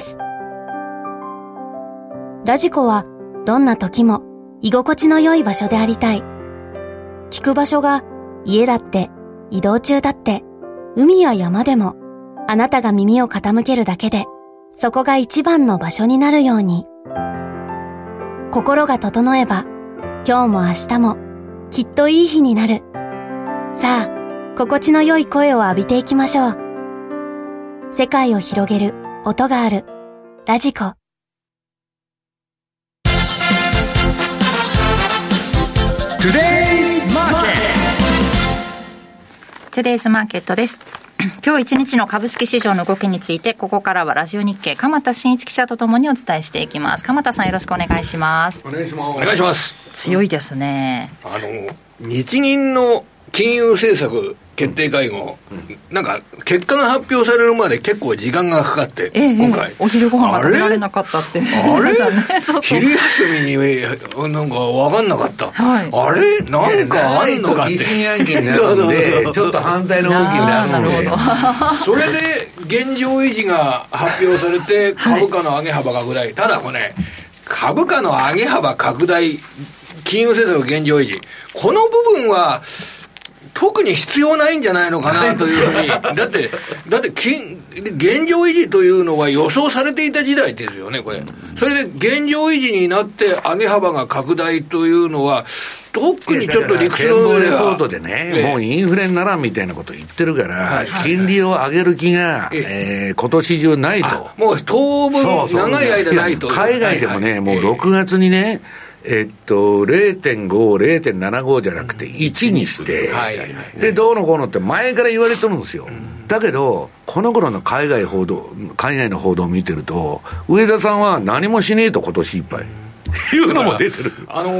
ラジコはどんな時も居心地の良い場所でありたい。聞く場所が家だって移動中だって海や山でもあなたが耳を傾けるだけでそこが一番の場所になるように。心が整えば今日も明日もきっといい日になる。さあ心地の良い声を浴びていきましょう。世界を広げる音があるラジコ。 Today's Market Today's Market です。今日一日の株式市場の動きについてここからはラジオ日経鎌田新一記者とともにお伝えしていきます。鎌田さんよろしくお願いします。 お願いします。 お願いします。 強いですね。 あの日銀の金融政策決定会合、うん、なんか結果が発表されるまで結構時間がかかって、ええ、今回、 ええ、お昼ご飯が食べられなかったってあれ、ね、昼休みになんか分かんなかった、はい、あれなんかあんのかって疑心暗鬼になるんでちょっと反対の動きになるんでそれで現状維持が発表されて株価の上げ幅拡大、はい、ただこれ、ね、株価の上げ幅拡大金融政策現状維持この部分は特に必要ないんじゃないのかなというふうにだってだって金現状維持というのは予想されていた時代ですよねこれ。それで現状維持になって上げ幅が拡大というのは特にちょっと理屈の上ではレポートでね、ええ、もうインフレにならんみたいなこと言ってるから、はい、金利を上げる気が、えええー、今年中ないと。 もう当分長い間ないと。 海外でもね、はいはい、もうろくがつにね、えっと、れいてんご、れいてんななご じゃなくていちにして、はい、で、どうのこうのって前から言われてるんですよ。だけど、この頃の海外報道、海外の報道を見てると、上田さんは何もしねえと今年いっぱい。いうのも出てる。 あの、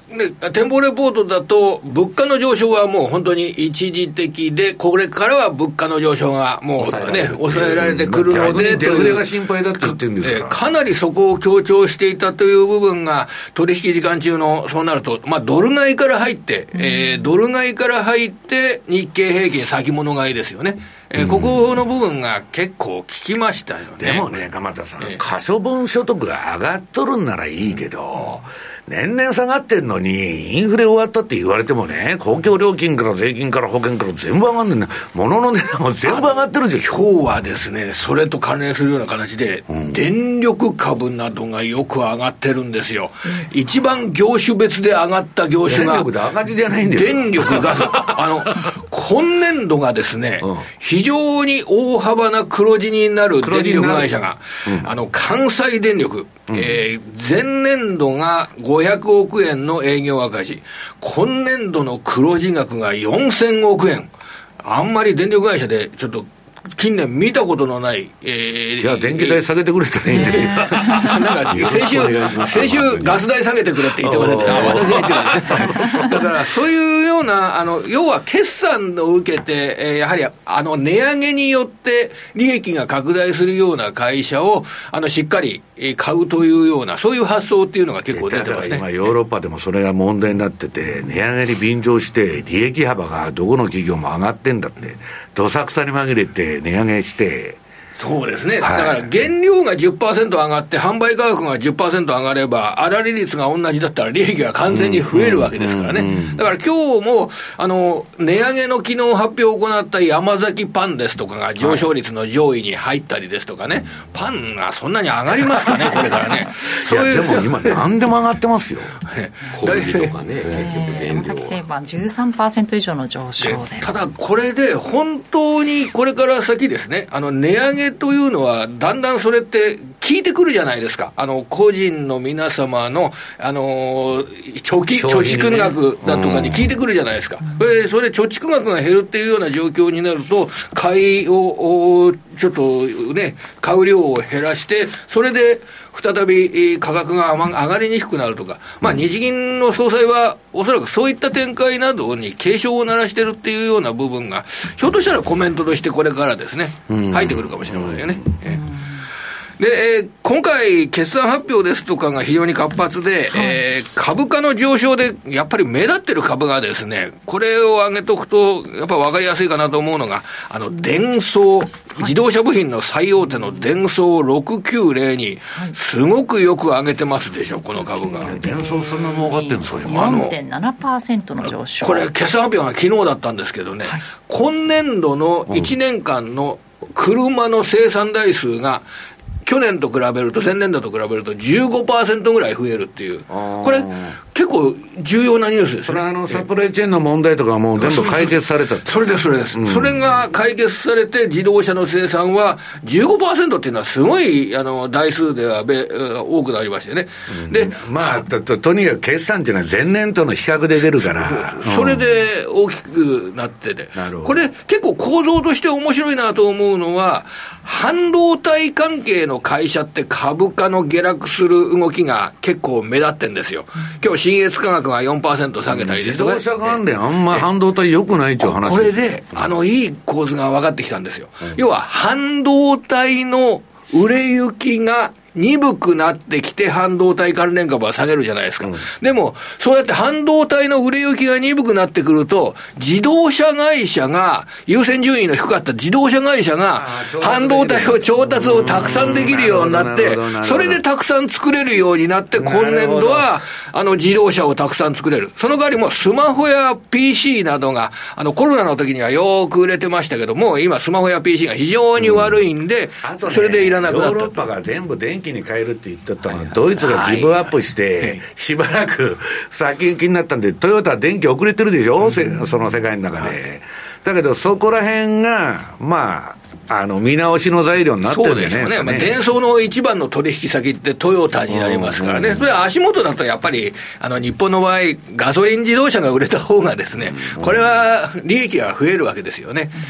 で展望レポートだと物価の上昇はもう本当に一時的で、これからは物価の上昇がもうね抑えられてくるので、 デフレが心配だって言ってるんですから、 かなりそこを強調していたという部分が取引時間中の、そうなると、まあ、ドル買いから入って、うん、えー、ドル買いから入って日経平均先物買いですよね。えーうん、ここの部分が結構効きましたよね。 でもね、鎌田さん、えー、可処分所得が上がっとるんならいいけど、うん、年々下がってんのにインフレ終わったって言われてもね、公共料金から税金から保険から全部上がんねんね。物の値段も全部上がってるじゃん。 今日はですね、それと関連するような形で、うん、電力株などがよく上がってるんですよ。うん、一番業種別で上がった業種が電力で赤字じゃないんですよ。 電力ガスあの今年度がですね、うん、非常に大幅な黒字になる電力会社が、うん、あの関西電力、うん、えー、前年度がごひゃくおくえんの営業赤字、今年度の黒字額がよんせんおくえん。あんまり電力会社でちょっと近年見たことのない、えー、 じゃあ電気代下げてくれたらいいんですよ。 なんか先週先週ガス代下げてくれって言ってませんでした。私が言ってたんです。だからそういうような、あの要は決算を受けて、えー、やはりあの値上げによって利益が拡大するような会社をあのしっかり買うというような、そういう発想っていうのが結構出てますね。 だから今ヨーロッパでもそれが問題になってて、値上げに便乗して利益幅がどこの企業も上がってんだって、どさくさに紛れて値上げして、 そうですね、はい、だから原料が じゅっパーセント 上がって販売価格が じゅっパーセント 上がれば粗利率が同じだったら利益が完全に増えるわけですからね、うんうんうんうん、だから今日もあの値上げの昨日発表を行った山崎パンですとかが上昇率の上位に入ったりですとかね、はい、パンがそんなに上がりますかねこれからね。 そういういやでも今何でも上がってますよ。 小麦とかね、結局山崎製パン じゅうさんパーセント 以上の上昇で、 ただこれで本当にこれから先ですね、あの値上げというのはだんだんそれって効いてくるじゃないですか。あの個人の皆様のあの貯金、貯蓄額だとかに効いてくるじゃないですか。それそれ貯蓄額が減るっていうような状況になると、買いをちょっとね買う量を減らして、それで再び価格が上がりにくくなるとか、まあ日銀の総裁はおそらくそういった展開などに警鐘を鳴らしてるっていうような部分が、ひょっとしたらコメントとしてこれからですね、入ってくるかもしれませんよね。えで、えー、今回決算発表ですとかが非常に活発で、はい、えー、株価の上昇でやっぱり目立ってる株がですね、これを上げとくとやっぱ分かりやすいかなと思うのが、あの電装、自動車部品の最大手の電装ろくきゅうぜろにすごくよく上げてますでしょこの株が。 電装そんな儲かってるんですか今。 よんてんななパーセント の上昇。 これ決算発表が昨日だったんですけどね、はい、今年度のいちねんかんの車の生産台数が去年と比べると、前年度と比べると じゅうごパーセント ぐらい増えるっていう、これ結構重要なニュースですね。 それはあのサプライチェーンの問題とかもう全部解決された。 それですそれです、うん、それが解決されて自動車の生産は じゅうごパーセント っていうのはすごいあの台数ではべ多くなりましてね、 うん、でまあ と, と, とにかく決算っていうのは前年との比較で出るから、 うん、それで大きくなってて、これ結構構造として面白いなと思うのは、半導体関係の会社って株価の下落する動きが結構目立ってるんですよ。今日信越化学が よんパーセント 下げたりですとか、 自動車関連あんま半導体良くないっていう話。 これであのいい構図が分かってきたんですよ、うん、要は半導体の売れ行きが鈍くなってきて半導体関連株は下げるじゃないですか、うん、でもそうやって半導体の売れ行きが鈍くなってくると、自動車会社が優先順位の低かった自動車会社が半導体を調達をたくさんできるようになって、それでたくさん作れるようになって、今年度はあの自動車をたくさん作れる。その代わりもスマホや ピーシー などがあのコロナの時にはよく売れてましたけども、今スマホや ピーシー が非常に悪いんで、うんね、それでいらなくなった。 ヨーロッパが全部電気に変えるって言ってたのは、ドイツがギブアップしてしばらく先行きになったんで、トヨタは電気遅れてるでしょ、うん、その世界の中で。だけどそこら辺がまああの見直しの材料になってるんでね。そうですよね。まあ、電装の一番の取引先ってトヨタになりますからね。それは足元だとやっぱりあの日本の場合ガソリン自動車が売れた方がですね、これは利益が増えるわけですよね。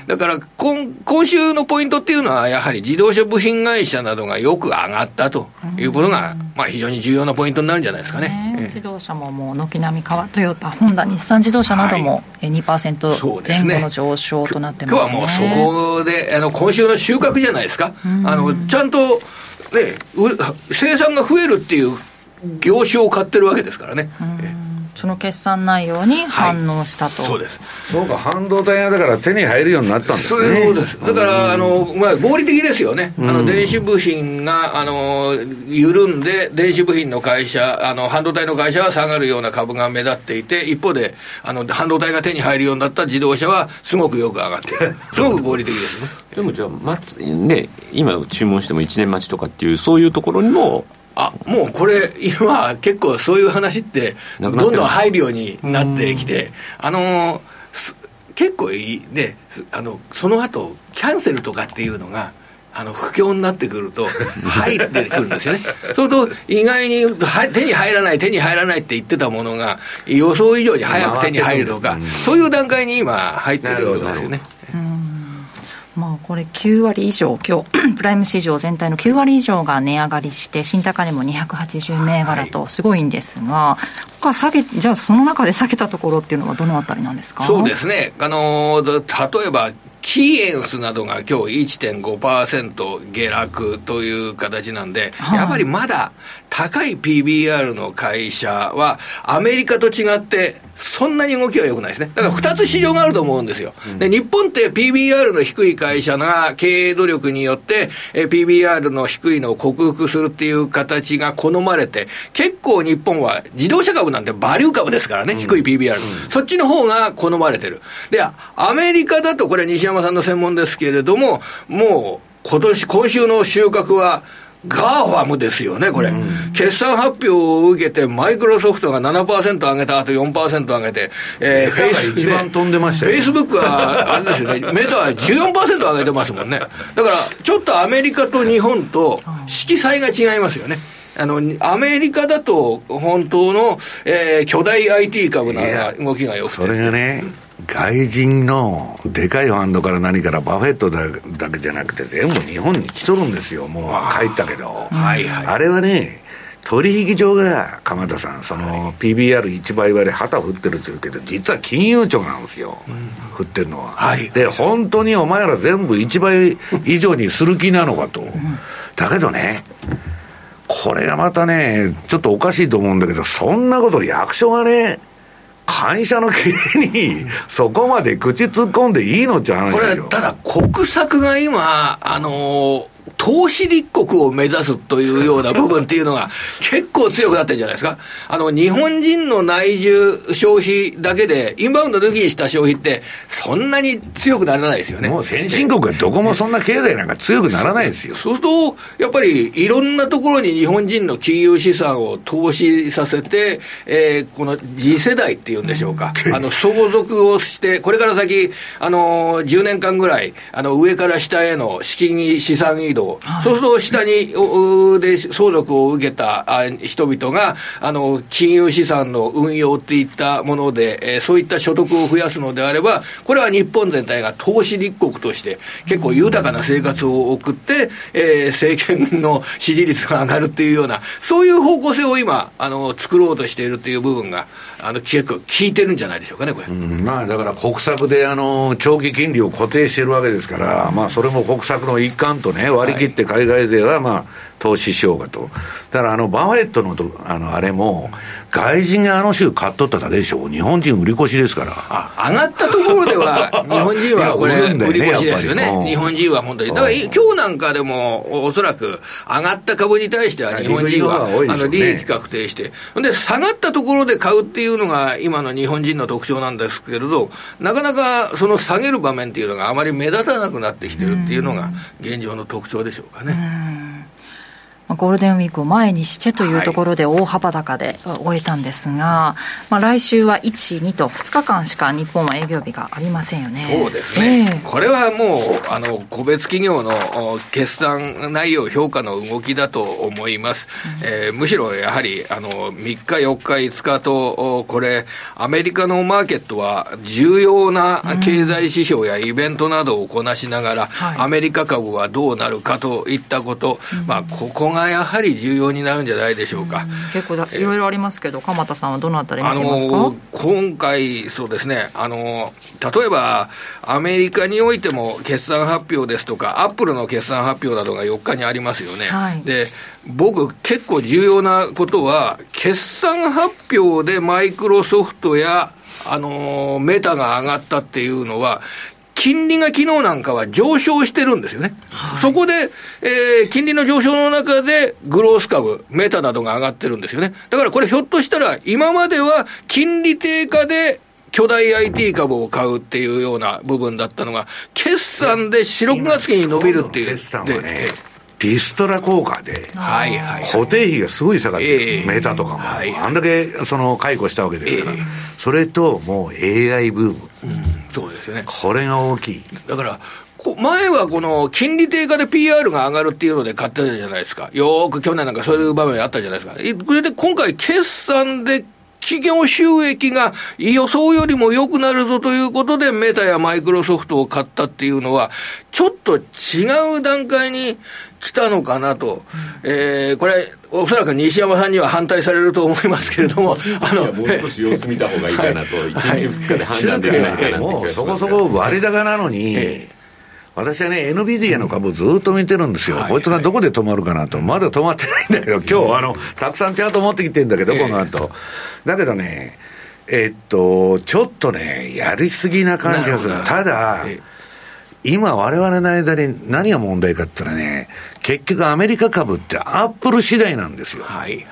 だから今、今週のポイントっていうのは、やはり自動車部品会社などがよく上がったということが、まあ、非常に重要なポイントになるんじゃないですかね。 ね、自動車ももう軒並み変わトヨタ、ホンダ、日産自動車なども にパーセント 前後の上昇となってますね。 今日はもうそこであの今週の収穫じゃないですか。あのちゃんと、ね、生産が増えるっていう業種を買ってるわけですからね。 その決算内容に反応したと、 はい、そうです。 そうか、半導体がだから手に入るようになったんですね。 そういうことです。だからあの、まあ、合理的ですよね。あの電子部品があの緩んで、電子部品の会社、あの半導体の会社は下がるような株が目立っていて、一方であの半導体が手に入るようになった自動車はすごくよく上がっている。すごく合理的ですね。 でもじゃあ待つ、ね、今注文してもいちねん待ちとかっていう、そういうところにもあ、もうこれ今結構そういう話ってどんどん入るようになってきて、あの結構いいね、あのその後キャンセルとかっていうのがあの不況になってくると入ってくるんですよね。そうすると意外に手に入らない手に入らないって言ってたものが予想以上に早く手に入るとか、そういう段階に今入ってるようですよね。 まあ、これきゅうわり以上、今日プライム市場全体のきゅうわり以上が値上がりして、新高値もにひゃくはちじゅう銘柄とすごいんですが、他下げ、じゃあその中で下げたところっていうのはどのあたりなんですか？ そうですね、あの例えばキーエンスなどが今日 いってんごパーセント 下落という形なんで、はい、やっぱりまだ高い ピービーアール の会社はアメリカと違ってそんなに動きは良くないですね。だからふたつ市場があると思うんですよ。で、日本って ピービーアール の低い会社が経営努力によってえ ピービーアール の低いのを克服するっていう形が好まれて、結構日本は自動車株なんてバリュー株ですからね、うん、低い ピービーアール、うん、そっちの方が好まれてる。で、アメリカだとこれ西山さんの専門ですけれども、もう今年今週の収穫はガーファムですよね、これ、うん、決算発表を受けてマイクロソフトが ななパーセント 上げた後 よんパーセント 上げて、えー、フェイス一番飛んでましたよ。 フェイスブックはあれですよね、メタは じゅうよんパーセント 上げてますもんね。だからちょっとアメリカと日本と色彩が違いますよね。あのアメリカだと本当の、えー、巨大 アイティー 株な動きが良くて、 それがね、外人のでかいファンドから何からバフェットだけじゃなくて全部日本に来とるんですよ。もう帰ったけど、はいはい、あれはね、取引所が鎌田さん、その ピービーアールいち 倍割れ旗振ってるって言うけど、実は金融庁なんですよ、うん、振ってるのは、はい、で本当にお前ら全部いちばい以上にする気なのかと、うん、だけどね、これがまたねちょっとおかしいと思うんだけど、そんなこと役所がね、会社の経営にそこまで口突っ込んでいいのって話ですよ。 これただ国策が今あのー投資立国を目指すというような部分っていうのが結構強くなってるんじゃないですか。あの日本人の内需消費だけでインバウンド抜きにした消費ってそんなに強くならないですよね。 もう先進国はどこもそんな経済なんか強くならないですよ。 そうするとやっぱりいろんなところに日本人の金融資産を投資させて、えー、この次世代っていうんでしょうかあの相続をしてこれから先あのじゅうねんかんぐらいあの上から下への資金資産移動、はい、そうすると下にで相続を受けた人々があの金融資産の運用っていったもので、えー、そういった所得を増やすのであれば、これは日本全体が投資立国として結構豊かな生活を送って、えー、政権の支持率が上がるっていうような、そういう方向性を今あの作ろうとしているっていう部分があの結構効いてるんじゃないでしょうかね、これ。 うん、まあだから国策であの長期金利を固定しているわけですから、まあそれも国策の一環とね割り切って海外ではまあ投資しようかと。だからあのバフェットのとあのあれも外人があの週買っとっただけでしょ。日本人売り越しですから。 あ、上がったところでは日本人はこれ売り越しですよね。日本人は本当にだから今日なんかでもおそらく上がった株に対しては日本人はあの利益確定してで下がったところで買うっていうのが今の日本人の特徴なんですけれど、なかなかその下げる場面っていうのがあまり目立たなくなってきてるっていうのが現状の特徴でしょうかね。 ゴールデンウィークを前にしてというところで大幅高で終えたんですが、まあ、来週はいち、にとふつかかんしか日本は営業日がありませんよね。 そうですね、 えー、 これはもうあの個別企業の決算内容評価の動きだと思います、うんえー、むしろやはりあのみっかよっかいつかとこれアメリカのマーケットは重要な経済指標やイベントなどをこなしながら、うんはい、アメリカ株はどうなるかといったこと、うんまあ、ここがやはり重要になるんじゃないでしょうか。 うん、結構いろいろありますけど、鎌田さんはどのあたり見てますか？ あの今回そうですね、あの例えばアメリカにおいても決算発表ですとか、アップルの決算発表などがよっかにありますよね、はい、で僕結構重要なことは決算発表でマイクロソフトやあのメタが上がったっていうのは金利が昨日なんかは上昇してるんですよね、はい、そこで、えー、金利の上昇の中でグロース株メタなどが上がってるんですよね。だからこれひょっとしたら今までは金利低下で巨大 アイティー 株を買うっていうような部分だったのが決算でよん、ろくがつ期に伸びるっていう決算はねリストラ効果で固定費がすごい下がってる、えー、メタとかも、はい、あんだけその解雇したわけですから、えー、それともう エーアイ ブーム、うん、 そうですよね、これが大きい。 だから前はこの金利低下で ピーアール が上がるっていうので買ってたじゃないですか。よーく去年なんかそういう場面あったじゃないですか。それで今回決算で企業収益が予想よりも良くなるぞということでメタやマイクロソフトを買ったっていうのはちょっと違う段階に来たのかなと、えー、これおそらく西山さんには反対されると思いますけれどもあのもう少し様子見た方がいいかなと、はい、いちにちふつかで判断できないかなって気がします。 もうそこそこ割高なのに、えー私はね、エヌビディアの株をずっと見てるんですよ、うん、こいつがどこで止まるかなと、まだ止まってないんだけど、今日あのたくさんチャート持ってきてるんだけど、この後だけどね、えっとちょっとねやりすぎな感じがする。ただ今我々の間に何が問題かって言ったらね、結局アメリカ株ってアップル次第なんですよ、はいはい、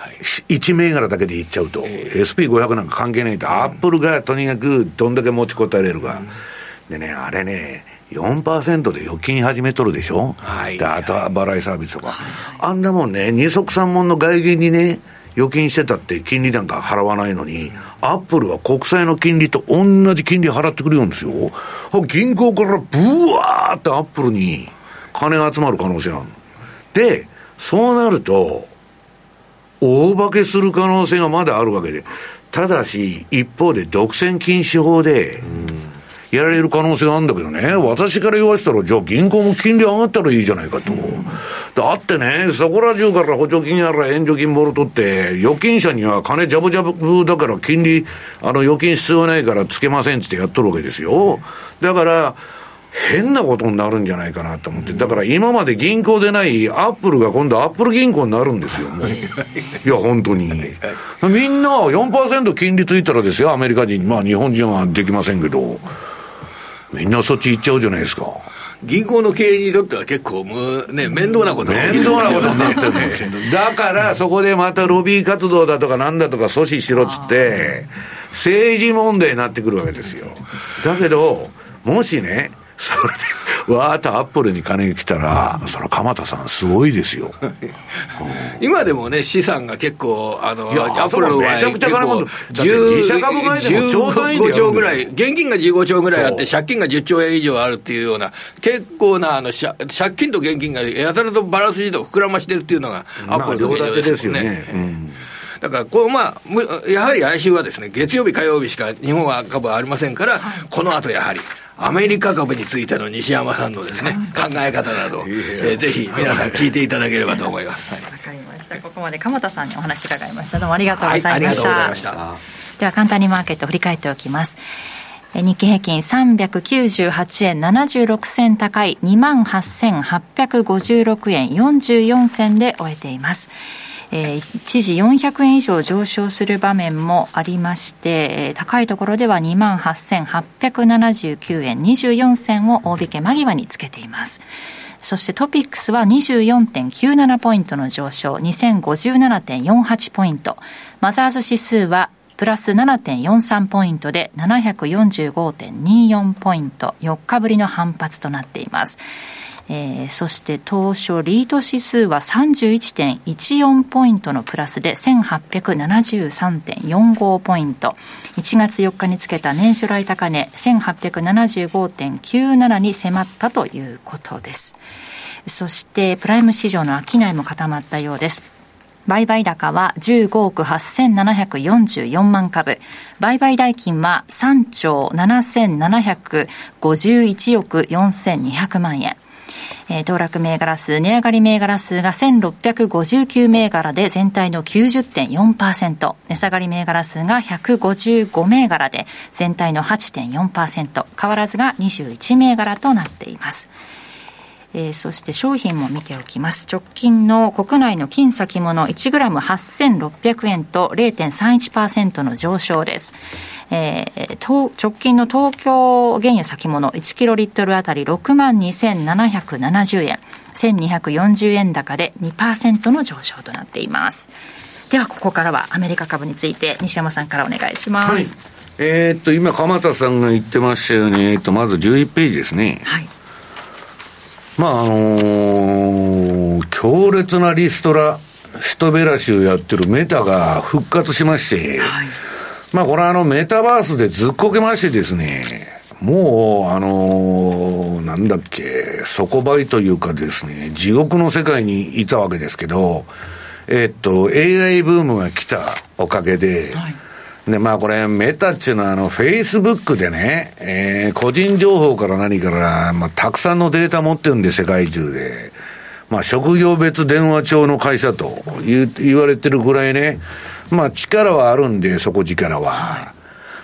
いち銘柄だけでいっちゃうと、えー、エスピーごひゃく なんか関係ないと、うん、アップルがとにかくどんだけ持ちこたえれるか、うん、でね、あれねよんパーセント で預金始めとるでしょ、はい、で後払いサービスとか、はい、あんなもんね二足三門の外銀にね預金してたって金利なんか払わないのに、うん、アップルは国債の金利と同じ金利払ってくるんですよ。銀行からブワーってアップルに金が集まる可能性があるで、そうなると大化けする可能性がまだあるわけで、ただし一方で独占禁止法で、うんやられる可能性があるんだけどね、私から言わせたらじゃあ銀行も金利上がったらいいじゃないかと、うん、だってねそこら中から補助金やら援助金もろとって預金者には金ジャブジャブだから金利あの預金必要ないからつけませんってやっとるわけですよ。だから変なことになるんじゃないかなと思って、だから今まで銀行でないアップルが今度アップル銀行になるんですよもういや本当にみんな よんパーセント 金利ついたらですよ、アメリカ人、まあ日本人はできませんけどみんなそっち行っちゃうじゃないですか。 銀行の経営にとっては結構む、ね、面倒なことが面倒なことになってるんですよだからそこでまたロビー活動だとかなんだとか阻止しろっつって政治問題になってくるわけですよ。だけどもしねそれでわーっとアップルに金が来たらその鎌田さんすごいですよ今でもね資産が結構あのいやアップルの場合めちゃくちゃ金持って自社株買いでもちょうどいいんだよ。 じゅうごちょうぐらい現金がじゅうごちょうぐらいあって借金がじゅっちょうえん以上あるっていうような結構なあの借金と現金がやたらとバランスシートを膨らましてるっていうのがアップルの現状ですよね、まあ、両立てですよね、うんだからこう、まあ、やはり来週はですね月曜日火曜日しか日本は株はありませんから、はい、この後やはりアメリカ株についての西山さんのですね考え方など、えー、ぜひ皆さん聞いていただければと思います。 わ、はい、かりました。ここまで鎌田さんにお話伺いました。どうもありがとうございました、はい、ありがとうございました。では簡単にマーケットを振り返っておきます。日経平均さんびゃくきゅうじゅうはちえんななじゅうろくせん高い にまんはっせんはっぴゃくごじゅうろくえんよんじゅうよんせんで終えています。えー、一時よんひゃくえん以上上昇する場面もありまして、えー、高いところでは にまんはっせんはっぴゃくななじゅうきゅうえんにじゅうよんせんを大引け間際につけています。そしてトピックスは にじゅうよんてんきゅうなな ポイントの上昇 にせんごじゅうななてんよんはち ポイント、マザーズ指数はプラス ななてんよんさん ポイントで ななひゃくよんじゅうごてんにじゅうよん ポイント、よっかぶりの反発となっています。 えー、そして東証リート指数は さんじゅういってんいちよん ポイントのプラスで せんはっぴゃくななじゅうさんてんよんご ポイント、いちがつよっかにつけた年初来高値 せんはっぴゃくななじゅうごてんきゅうなな に迫ったということです。そしてプライム市場の商いも固まったようです。売買高はじゅうごおくはっせんななひゃくよんじゅうよんまんかぶ、売買代金はさんちょうななせんななひゃくごじゅういちおくよんせんにひゃくまんえん、えー、騰落銘柄数、値上がり銘柄数がせんろっぴゃくごじゅうきゅう銘柄で全体の きゅうじゅってんよんパーセント、値下がり銘柄数がひゃくごじゅうご銘柄で全体の はちてんよんパーセント、変わらずがにじゅういち銘柄となっています。えー、そして商品も見ておきます。直近の国内の金先物 いちグラムはっせんろっぴゃくえんと れいてんさんいちパーセント の上昇です。えー、直近の東京原油先物いちキロリットルあたり ろくまんにせんななひゃくななじゅうえん、せんにひゃくよんじゅうえん高で にパーセント の上昇となっています。ではここからはアメリカ株について西山さんからお願いします。 はい、えー、っと今鎌田さんが言ってましたように、えー、っとまずじゅういちページですね。はい、まああのー、強烈なリストラ人減らしをやってるメタが復活しまして、はい、まあこれはあのメタバースでずっこけましてですね、もうあのー、なんだっけ底倍というかですね、地獄の世界にいたわけですけど、えー、っと エーアイ ブームが来たおかげで、はい、で、まあこれ、メタっていうのはあの、フェイスブックでね、えー、個人情報から何から、まあたくさんのデータ持ってるんで、世界中で。まあ職業別電話帳の会社と言う言われてるぐらいね、まあ力はあるんで、底力は。はい、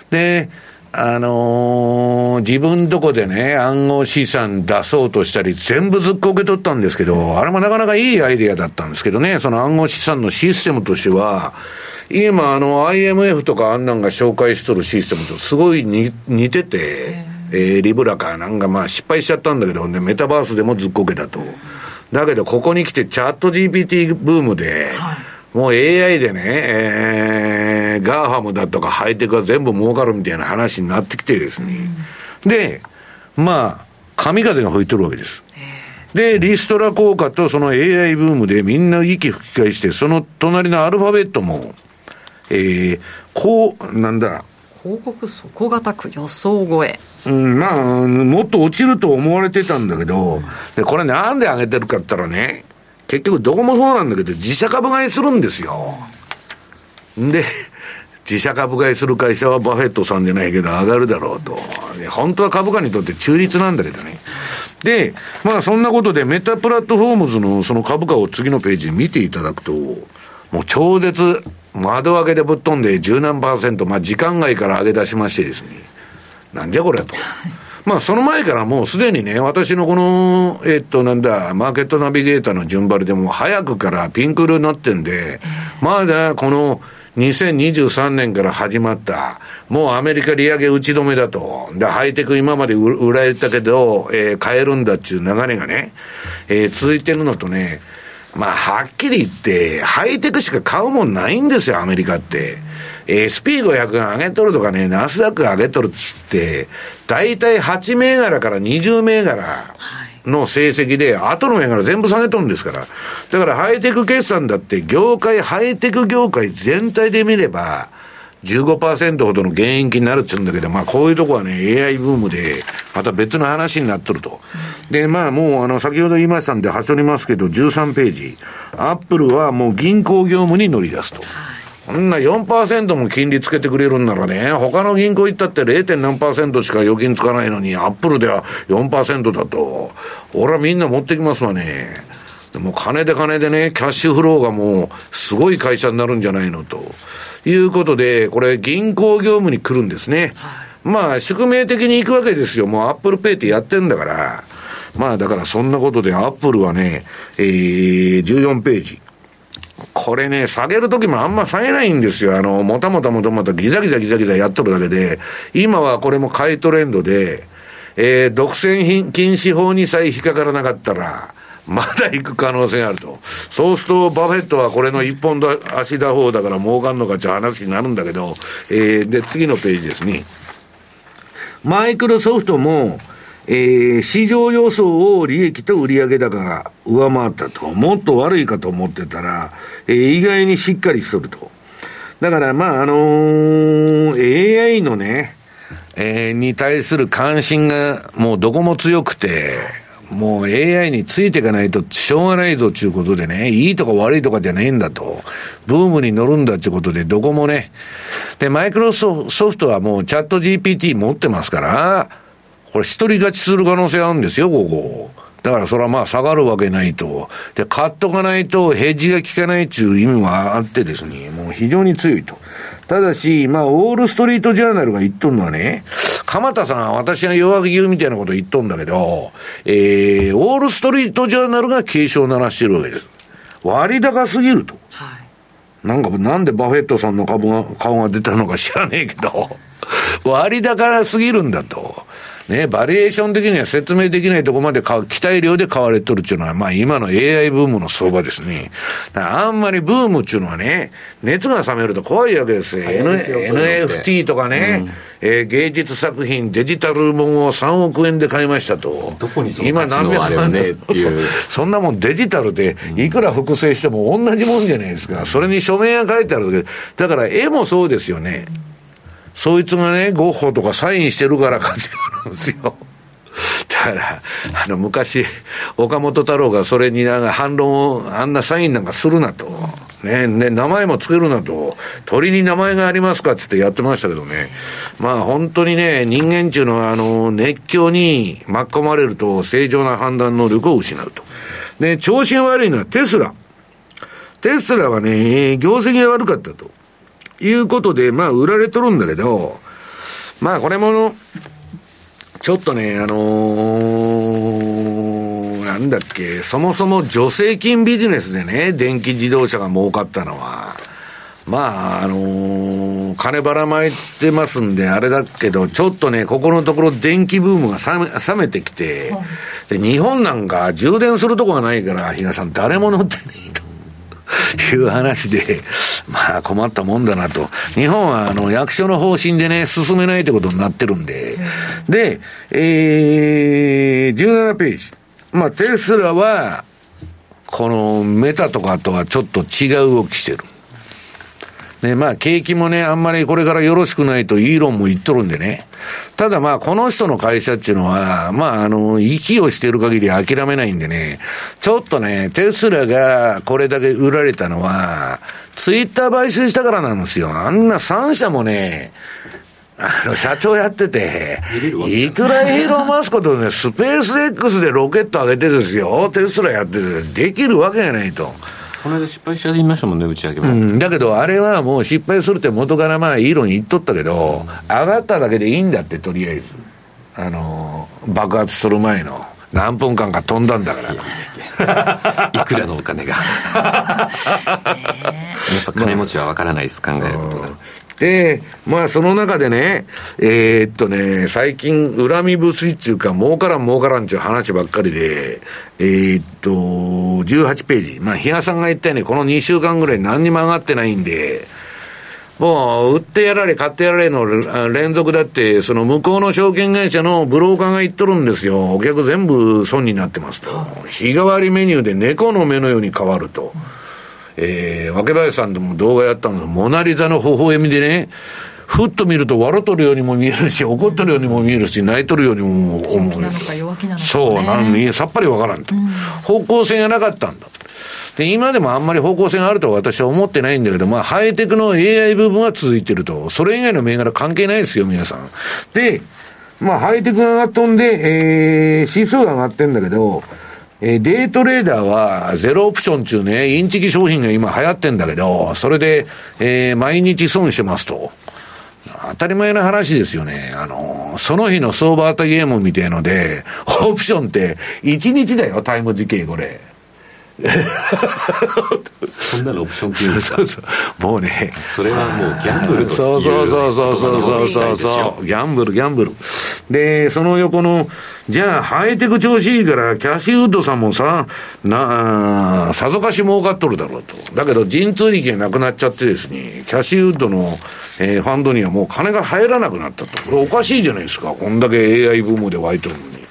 で、あのー、自分とこでね、暗号資産出そうとしたり、全部ずっこけ取ったんですけど、あれもなかなかいいアイデアだったんですけどね、その暗号資産のシステムとしては、今あの アイエムエフ とかあんなんが紹介しとるシステムとすごいに似てて、えー、リブラかなんかまあ失敗しちゃったんだけど、ね、メタバースでもずっこけたと。だけどここに来てチャット ジーピーティー ブームで、はい、もう エーアイ でね、えー、ガーファムだとかハイテクが全部儲かるみたいな話になってきてですね、うん、でまあ神風が吹いとるわけです。でリストラ効果とその エーアイ ブームでみんな息吹き返して、その隣のアルファベットもえー、こう、なんだ。 広告底堅く予想超え。 うん、まあ、もっと落ちると思われてたんだけど、うん、で、これなんで上げてるかって言ったらね、結局どこもそうなんだけど、自社株買いするんですよ。で、自社株買いする会社はバフェットさんじゃないけど上がるだろうと。本当は株価にとって中立なんだけどね。で、まあそんなことでメタプラットフォームズのその株価を次のページ見ていただくと、もう超絶、窓上げでぶっ飛んで十何パーセント、まあ時間外から上げ出しましてですね。なんじゃこれと。まあその前からもうすでにね、私のこの、えっとなんだ、マーケットナビゲーターの順張りでも早くからピンク色になってんで、まだこのにせんにじゅうさんねんから始まった、もうアメリカ利上げ打ち止めだと。で、ハイテク今まで売られたけど、えー、買えるんだっていう流れがね、えー、続いてるのとね、まあ、はっきり言って、ハイテクしか買うもんないんですよ、アメリカって。エスピーごひゃく が上げとるとかね、ナスダックが上げとるっつって、だいたいはち銘柄からにじゅう銘柄の成績で、後の銘柄全部下げとるんですから。だからハイテク決算だって、業界、ハイテク業界全体で見れば、じゅうごパーセント ほどの減益になるって言うんだけど、まあこういうとこはね、エーアイ ブームで、また別の話になっとると。うん、で、まあもうあの、先ほど言いましたんで、はしょりますけど、じゅうさんページ。アップルはもう銀行業務に乗り出すと。こんな よんパーセント も金利つけてくれるんならね、他の銀行行ったって れい. 何パーセントしか預金つかないのに、アップルでは よんパーセント だと。俺はみんな持ってきますわね。でも金で金でね、キャッシュフローがもう、すごい会社になるんじゃないのと。いうことで、これ銀行業務に来るんですね。はい、まあ、宿命的に行くわけですよ。もうアップルペイってやってんだから。まあ、だからそんなことでアップルはね、えー、じゅうよんページ。これね、下げるときもあんま下げないんですよ。あの、もたもたもたもたギザギザギザギザやっとるだけで、今はこれも買いトレンドで、えー、独占禁止法にさえ引っかからなかったら、まだ行く可能性があると。そうすると、バフェットはこれの一本足打法だから儲かんのかっていう話になるんだけど、えー、で、次のページですね。マイクロソフトも、 えー、市場予想を利益と売上高が上回ったと。もっと悪いかと思ってたら、えー、意外にしっかりしとると。だから、まあ、あのー、エーアイ のね、えー、に対する関心がもうどこも強くて、もう エーアイ についていかないとしょうがないぞっていうことでね、いいとか悪いとかじゃないんだと。ブームに乗るんだっていうことで、どこもね。で、マイクロソフトはもうチャット ジーピーティー 持ってますから、これ一人勝ちする可能性あるんですよ、ここ。だからそれはまあ下がるわけないと。で、買っとかないとヘッジが効かないっていう意味もあってですね、もう非常に強いと。ただし、まあ、ウォールストリートジャーナルが言っとるのはね、鎌田さんは私が弱気言うみたいなこと言っとるんだけど、えー、ウォールストリートジャーナルが警鐘を鳴らしてるわけです。割高すぎると。はい、なんか、なんでバフェットさんの株が、顔が出たのか知らねえけど、割高すぎるんだと。ね、バリエーション的には説明できないところまで期待量で買われとるっていうのは、まあ今の エーアイ ブームの相場ですね。だからあんまりブームっていうのはね、熱が冷めると怖いわけですよ。N、エヌエフティー とかね、うん、えー、芸術作品、デジタルものをさんおくえんで買いましたと。 どこにその価値のあれはねっていう。 そんなもんデジタルでいくら複製しても同じもんじゃないですか。うん、それに署名が書いてあるわけで。だから絵もそうですよね。そいつがね、ゴッホとかサインしてるから価値があるんですよ。だから、あの、昔、岡本太郎がそれになんか反論を、あんなサインなんかするなと。ね、ね、名前もつけるなと。鳥に名前がありますかっつってやってましたけどね。まあ本当にね、人間っていうのは、あの、熱狂に巻き込まれると正常な判断能力を失うと。で、調子が悪いのはテスラ。テスラはね、業績が悪かったと。いうことで、まあ、売られとるんだけど、まあ、これも、ちょっとね、あのー、なんだっけ、そもそも助成金ビジネスでね、電気自動車が儲かったのは、まあ、あのー、金ばらまいてますんで、あれだけど、ちょっとね、ここのところ電気ブームが冷め、冷めてきて、で、日本なんか充電するとこがないから、比嘉さん、誰も乗ってねえと。いう話で、まあ困ったもんだなと。日本はあの役所の方針でね、進めないってことになってるんで。で、えー、じゅうななページ。まあテスラは、このメタとかとはちょっと違う動きしてる。ね、まあ景気もね、あんまりこれからよろしくないとイーロンも言っとるんでね。ただまあこの人の会社っていうのは、まああの、息をしている限り諦めないんでね、ちょっとね、テスラがこれだけ売られたのは、ツイッター買収したからなんですよ。あんなさん社もね、あの、社長やってて、いくらイーロン・マスクとね、スペース X でロケット上げてですよ、テスラやってて、できるわけがないと。 この間失敗しちゃいましたもんね、打ち上げも。 うん、だけど、あれはもう失敗するって元からまあ、イーロンに言っとったけど、上がっただけでいいんだって、とりあえず。あの、爆発する前の。何分間か飛んだんだから。いやいやいくらのお金が。やっぱ金持ちは分からないです、考えることが。 で、まあその中でね、えー、っとね、最近恨み節っていうか儲からん儲からんっていう話ばっかりで、えー、っと、じゅうはちページ。まあ比嘉さんが言ったようにこのにしゅうかんぐらい何にも上がってないんで、もう売ってやられ買ってやられの連続だって、その向こうの証券会社のブローカーが言っとるんですよ。お客全部損になってますと。日替わりメニューで猫の目のように変わると。えー、若林さんでも動画やったんですよ。モナリザの微笑みでね、ふっと見ると笑っとるようにも見えるし、怒っとるようにも見えるし、泣いとるようにも思う。 強気なのか弱気なのか、ね、 そうなんにさっぱりわからんと、うん、方向性がなかったんだ。で、今でもあんまり方向性があるとは私は思ってないんだけど、まあ、ハイテクの エーアイ 部分は続いてると。それ以外の銘柄関係ないですよ、皆さん。で、まあ、ハイテクが上がっとんで、えー、指数が上がってんだけど、えー、デイトレーダーはゼロオプション中ね、インチキ商品が今流行ってんだけど、それで、えー、毎日損してますと。当たり前の話ですよね。あの、その日の相場当たりゲームみたいので、オプションっていちにちだよ、タイム時計これ。 そんなのオプションっていうんですか。 そうそうもうね、 それはもうギャンブルというそうそうそうそうそうそうそうギャンブルギャンブルで、その横のじゃあハイテク調子いいからキャシーウッドさんもさなさぞかし儲かっとるだろうと。だけど神通力がなくなっちゃってですね、キャシーウッドの、えー、ファンドにはもう金が入らなくなったと。これおかしいじゃないですか、こんだけ エーアイ ブームで湧いてるのに。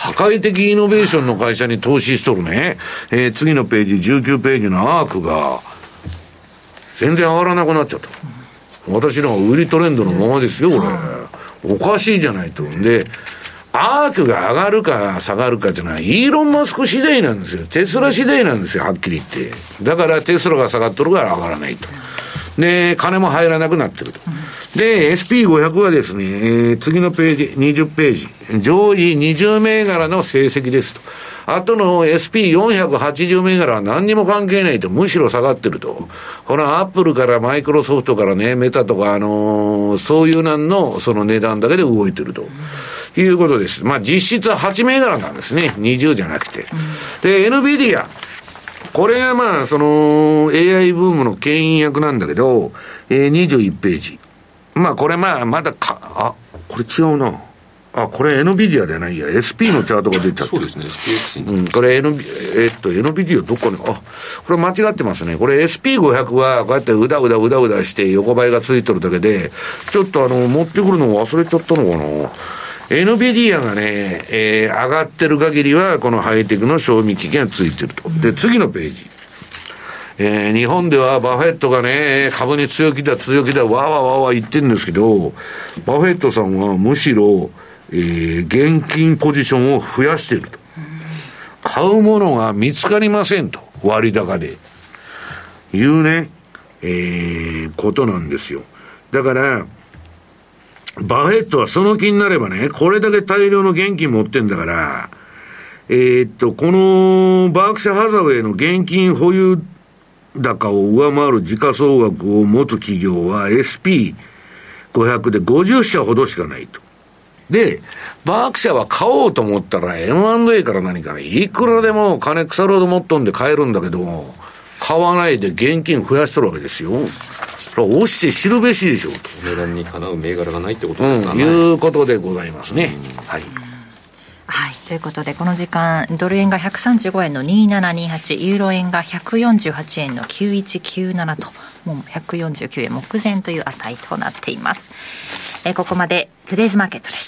破壊的イノベーションの会社に投資しとるね、えー、次のページじゅうきゅうページのアークが全然上がらなくなっちゃった。私の売りトレンドのままですよ、これ。おかしいじゃないと。で、アークが上がるか下がるかじゃない、イーロン・マスク次第なんですよ。テスラ次第なんですよ、はっきり言って。だからテスラが下がっとるから上がらないと。で、金も入らなくなってると。で、エスピーごひゃく はですね、えー、次のページ、にじゅうページ、上位にじゅう銘柄の成績ですと。あとの エスピーよんひゃくはちじゅう 銘柄は何にも関係ないと、むしろ下がってると。このアップルからマイクロソフトからね、メタとか、あのー、そういうなんの、その値段だけで動いてると。いうことです。まあ実質はち銘柄なんですね。にじゅうじゃなくて。で、エヌビディア。これがまあ、その、エーアイ ブームの牽引役なんだけど、えー、にじゅういちページ。まあこれまあ、まだか、あ、これ違うな。あ、これ エヌビディアじゃないや。エスピー のチャートが出ちゃった。 そうですね、エスピーエックス に。 うん、これ N、えっと、エヌビディアどこに、あ、これ間違ってますね。これ エスピーごひゃく はこうやってうだうだうだうだして横ばいがついてるだけで、ちょっとあの、持ってくるの忘れちゃったのかな。エヌビディアがね、えー、上がってる限りは、このハイテクの賞味期限がついてると。で、次のページ。えー、日本ではバフェットがね、株に強気だ強気だ、わーわーわーわー言ってるんですけど、バフェットさんはむしろ、えー、現金ポジションを増やしてると。買うものが見つかりませんと。割高で。いうね、えー、ことなんですよ。だから、バフェットはその気になればね、これだけ大量の現金持ってんだから、えー、っと、このバークシャーハザウェイの現金保有高を上回る時価総額を持つ企業は エスピーごひゃく でごじゅっ社ほどしかないと。で、バークシャーは買おうと思ったら エムアンドエー から何からいくらでも金腐るほど持っとんで買えるんだけど、買わないで現金増やしとるわけですよ。押して知るべしでしょうと。 値段にかなう銘柄がないってことですかね。うん、いうことでございますね。はい。 はい。ということで、この時間、ドル円がひゃくさんじゅうごえんのにせんななひゃくにじゅうはち、ユーロ円がひゃくよんじゅうはちえんのきゅうせんひゃくきゅうじゅうななと、もうひゃくよんじゅうきゅうえん目前という値となっています。えー、ここまで、トゥデイズマーケットでした。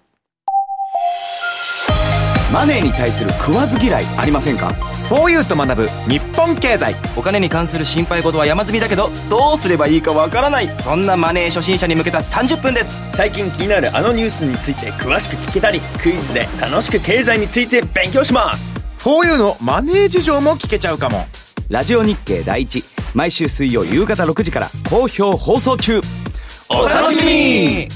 マネーに対する食わず嫌いありませんか？ フォーユー と学ぶ日本経済。お金に関する心配事は山積みだけど、どうすればいいかわからない。そんなマネー初心者に向けたさんじゅっぷんです。 最近気になるあのニュースについて詳しく聞けたり、クイズで楽しく経済について勉強します。 フォーユー のマネー事情も聞けちゃうかも。ラジオ日経第一、毎週水曜夕方ろくじから好評放送中。 お楽しみに。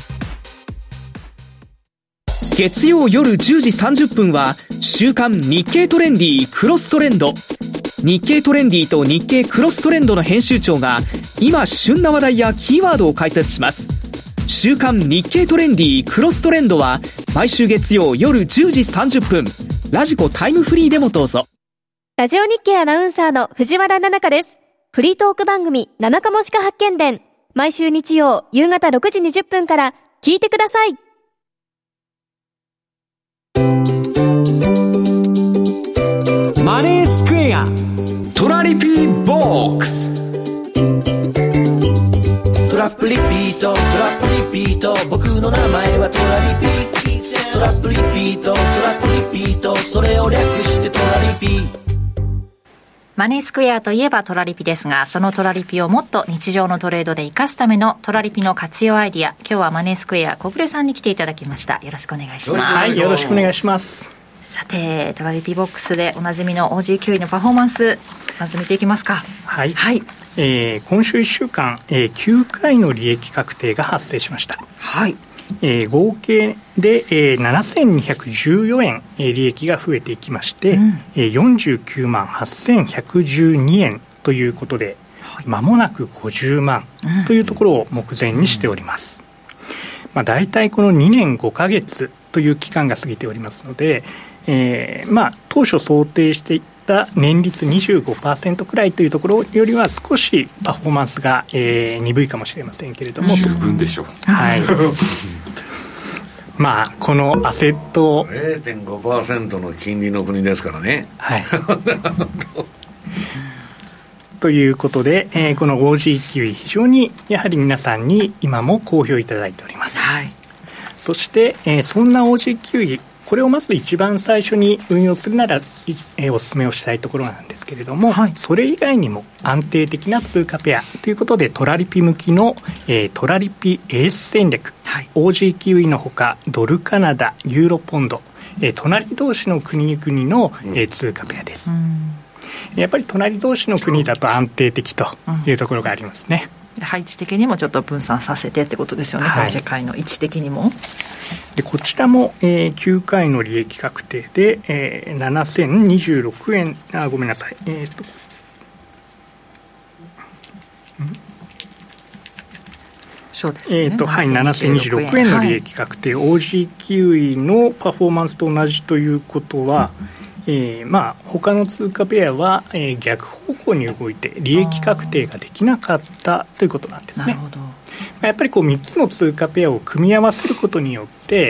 月曜夜じゅうじさんじゅっぷんは週刊日経トレンディクロストレンド。日経トレンディと日経クロストレンドの編集長が今旬な話題やキーワードを解説します。週刊日経トレンディクロストレンドは毎週月曜夜じゅうじさんじゅっぷん、ラジコタイムフリーでもどうぞ。 ラジオ日経アナウンサーの藤原奈々香です。フリートーク番組七日もしか発見伝、毎週日曜夕方ろくじにじゅっぷんから聞いてください。 マネースクエアトラリピーボックス。 トラップリピートトラップリピート、僕の名前はトラリピ。トラップリピートトラップリピート、それを略してトラリピ。 マネースクエアといえばトラリピですが、そのトラリピをもっと日常のトレードで活かすためのトラリピの活用アイディア、今日はマネースクエア小暮さんに来ていただきました。よろしくお願いします。 はい、よろしくお願いします。 さて、トラリピボックスでおなじみの オージーキューイー のパフォーマンス、まず見ていきますか。 はい、はい、えー、今週いっしゅうかん、えー、きゅうかいの利益確定が発生しました。 はい、 えー、合計で、えー、ななせんにひゃくじゅうよえん、えー、利益が増えていきまして、うん、えー、よんじゅうきゅうまんはっせんひゃくじゅうにえんということで、まもなくごじゅうまんというところを目前にしております。うん、まあ、大体このにねんごかげつという期間が過ぎておりますので、えーまあ、当初想定していた年率 にじゅうごパーセント くらいというところよりは少しパフォーマンスが、えー、鈍いかもしれませんけれども、 十分でしょう。 はい。まあこのアセットれいてんごパーセント の金利の国ですからね。 はい。ということで、えー、この オージーキューイー 非常にやはり皆さんに今も好評いただいております。はい。そして、えー、そんな オージーキューイーこれをまず一番最初に運用するなら、えー、お勧めをしたいところなんですけれども、はい、それ以外にも安定的な通貨ペアということでトラリピ向きの、えー、トラリピエース戦略、はい、オージー キウイのほかドルカナダユーロポンド、えー、隣同士の国々の、えー、通貨ペアです、うん、やっぱり隣同士の国だと安定的というところがありますね、 うん、配置的にもちょっと分散させてってことですよね、はい、世界の位置的にも。 でこちらも、えー、きゅうかいの利益確定で、えー、ななせんにじゅうろくえん、あごめんなさい、えーとそうですね、 えーとはい、ななせんにじゅうろくえんの利益確定、はい、オージー キウイのパフォーマンスと同じということは、うんえーまあ、他の通貨ペアは、えー、逆方向に動いて利益確定ができなかったということなんですね。なるほど。やっぱりこうみっつの通貨ペアを組み合わせることによって、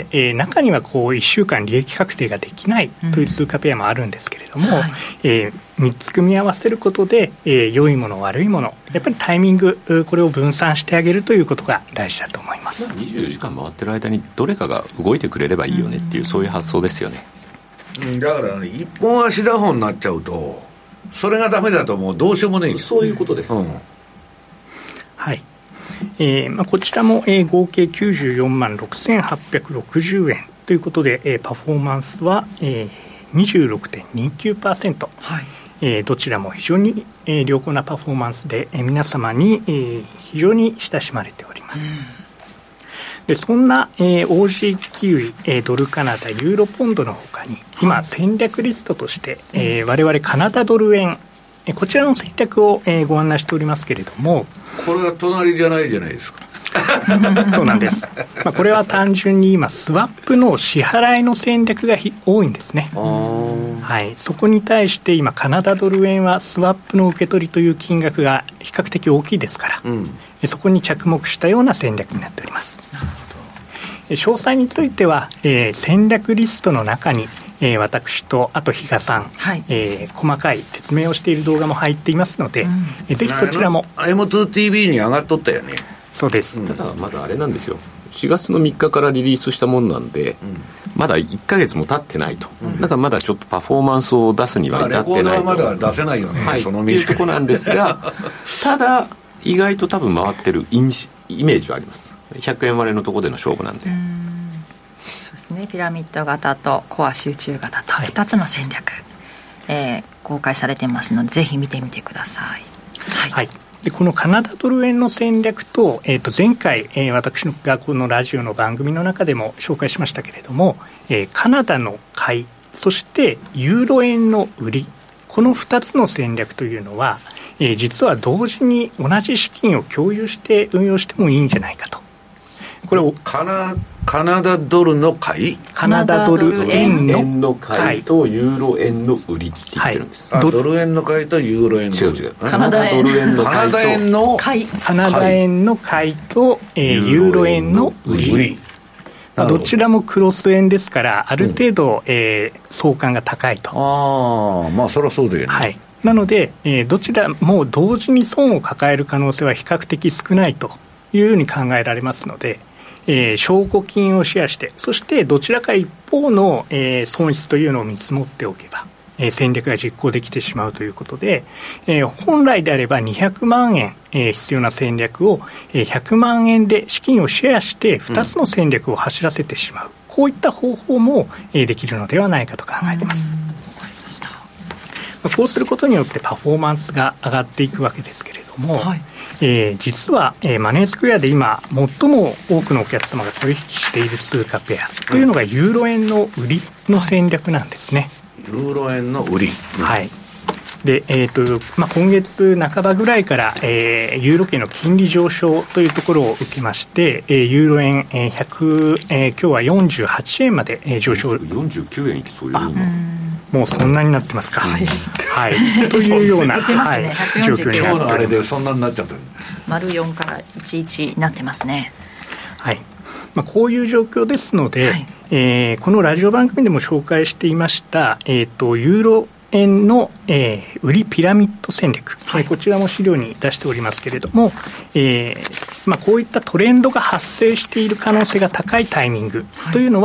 えー、中にはこういっしゅうかん利益確定ができないという通貨ペアもあるんですけれども、うんはいえー、みっつ組み合わせることで、えー、良いもの悪いものやっぱりタイミングこれを分散してあげるということが大事だと思います。 にじゅうよじかん回ってる間にどれかが動いてくれればいいよねっていう、うん、そういう発想ですよね。 だから、ね、一本足打法になっちゃうとそれがダメだともうどうしようもないんです。 そういうことです、うん、 はいえーまあ、こちらも、えー、合計きゅうじゅうよんまんろくせんはっぴゃくろくじゅうえんということで、えー、パフォーマンスは、えー、にじゅうろくてんにきゅうパーセント、はいえー、どちらも非常に、えー、良好なパフォーマンスで、えー、皆様に、えー、非常に親しまれております、うん、でそんな、えー、オージー キウイ、えー、ドルカナダユーロポンドのほかに今戦略リストとして、えー、我々カナダドル円こちらの戦略を、えー、ご案内しておりますけれども、 これは隣じゃないじゃないですかそうなんです、まあ、これは単純に今スワップの支払いの戦略が多いんですね。はい、そこに対して今カナダドル円はスワップの受け取りという金額が比較的大きいですから、うん、そこに着目したような戦略になっております。なるほど。詳細については、えー、戦略リストの中にえー、私とあと比嘉さん、はいえー、細かい説明をしている動画も入っていますので、うんえー、ぜひそちらもエムツーティービー に上がっとったよね。 そうです、 うん、ただまだあれなんですよ、しがつのみっかからリリースしたものなんで、うん、まだいっかげつも経ってないと、うん、だからまだちょっとパフォーマンスを出すには至ってないと、 レコードはまだ出せないよね、 はい、 そのっていうところなんですがただ意外と多分回ってるインジイメージはあります。ひゃくえん割れのところでの勝負なんで、うんね、ピラミッド型とコア集中型とふたつの戦略、はいえー、公開されてますのでぜひ見てみてください。 はいはい、でこのカナダドル円の戦略 と,、えー、と前回、えー、私がこのラジオの番組の中でも紹介しましたけれども、えー、カナダの買いそしてユーロ円の売りこのふたつの戦略というのは、えー、実は同時に同じ資金を共有して運用してもいいんじゃないかと。これをカナカナダドルの買いカナダドル円 の, 円の買いとユーロ円の売りって言ってるんです、 はい、あドル円の買いとユーロ円の売り違う違うカナダドル円の買いと買いカナダ円の買いと、えー、ユーロ円の売り売りまあ、どちらもクロス円ですからある程度、うんえー、相関が高いと。 ああまあそりゃそうだよね、 はい、なので、えー、どちらも同時に損を抱える可能性は比較的少ないというように考えられますので、えー、証拠金をシェアしてそしてどちらか一方の、えー、損失というのを見積もっておけば、えー、戦略が実行できてしまうということで、えー、本来であればにひゃくまんえん、えー、必要な戦略を、えー、ひゃくまんえんで資金をシェアしてふたつの戦略を走らせてしまう、うん、こういった方法も、えー、できるのではないかと考えています。まあ、こうすることによってパフォーマンスが上がっていくわけですけれども、はいえー、実は、えー、マネースクエアで今最も多くのお客様が取引している通貨ペアというのがユーロ円の売りの戦略なんですね。 ユーロ円の売り、 うん、はいでえーとまあ、今月半ばぐらいから、えー、ユーロ圏の金利上昇というところを受けまして、えー、ユーロ円、えーひゃくえー、今日はよんじゅうはちえんまで、えー、上昇。 よんじゅうきゅうえんいきそうよ今。 もうそんなになってますか、はいはい、というような、ねはい、状況になっております。今日のあれでそんなになっちゃった丸よんからいちいちになってますね。 はいまあ、こういう状況ですので、はいえー、このラジオ番組でも紹介していました、えーと、ユーロ円の、えー、売りピラミッド戦略、はい、こちらも資料に出しておりますけれども、えーまあ、こういったトレンドが発生している可能性が高いタイミングというのは、はい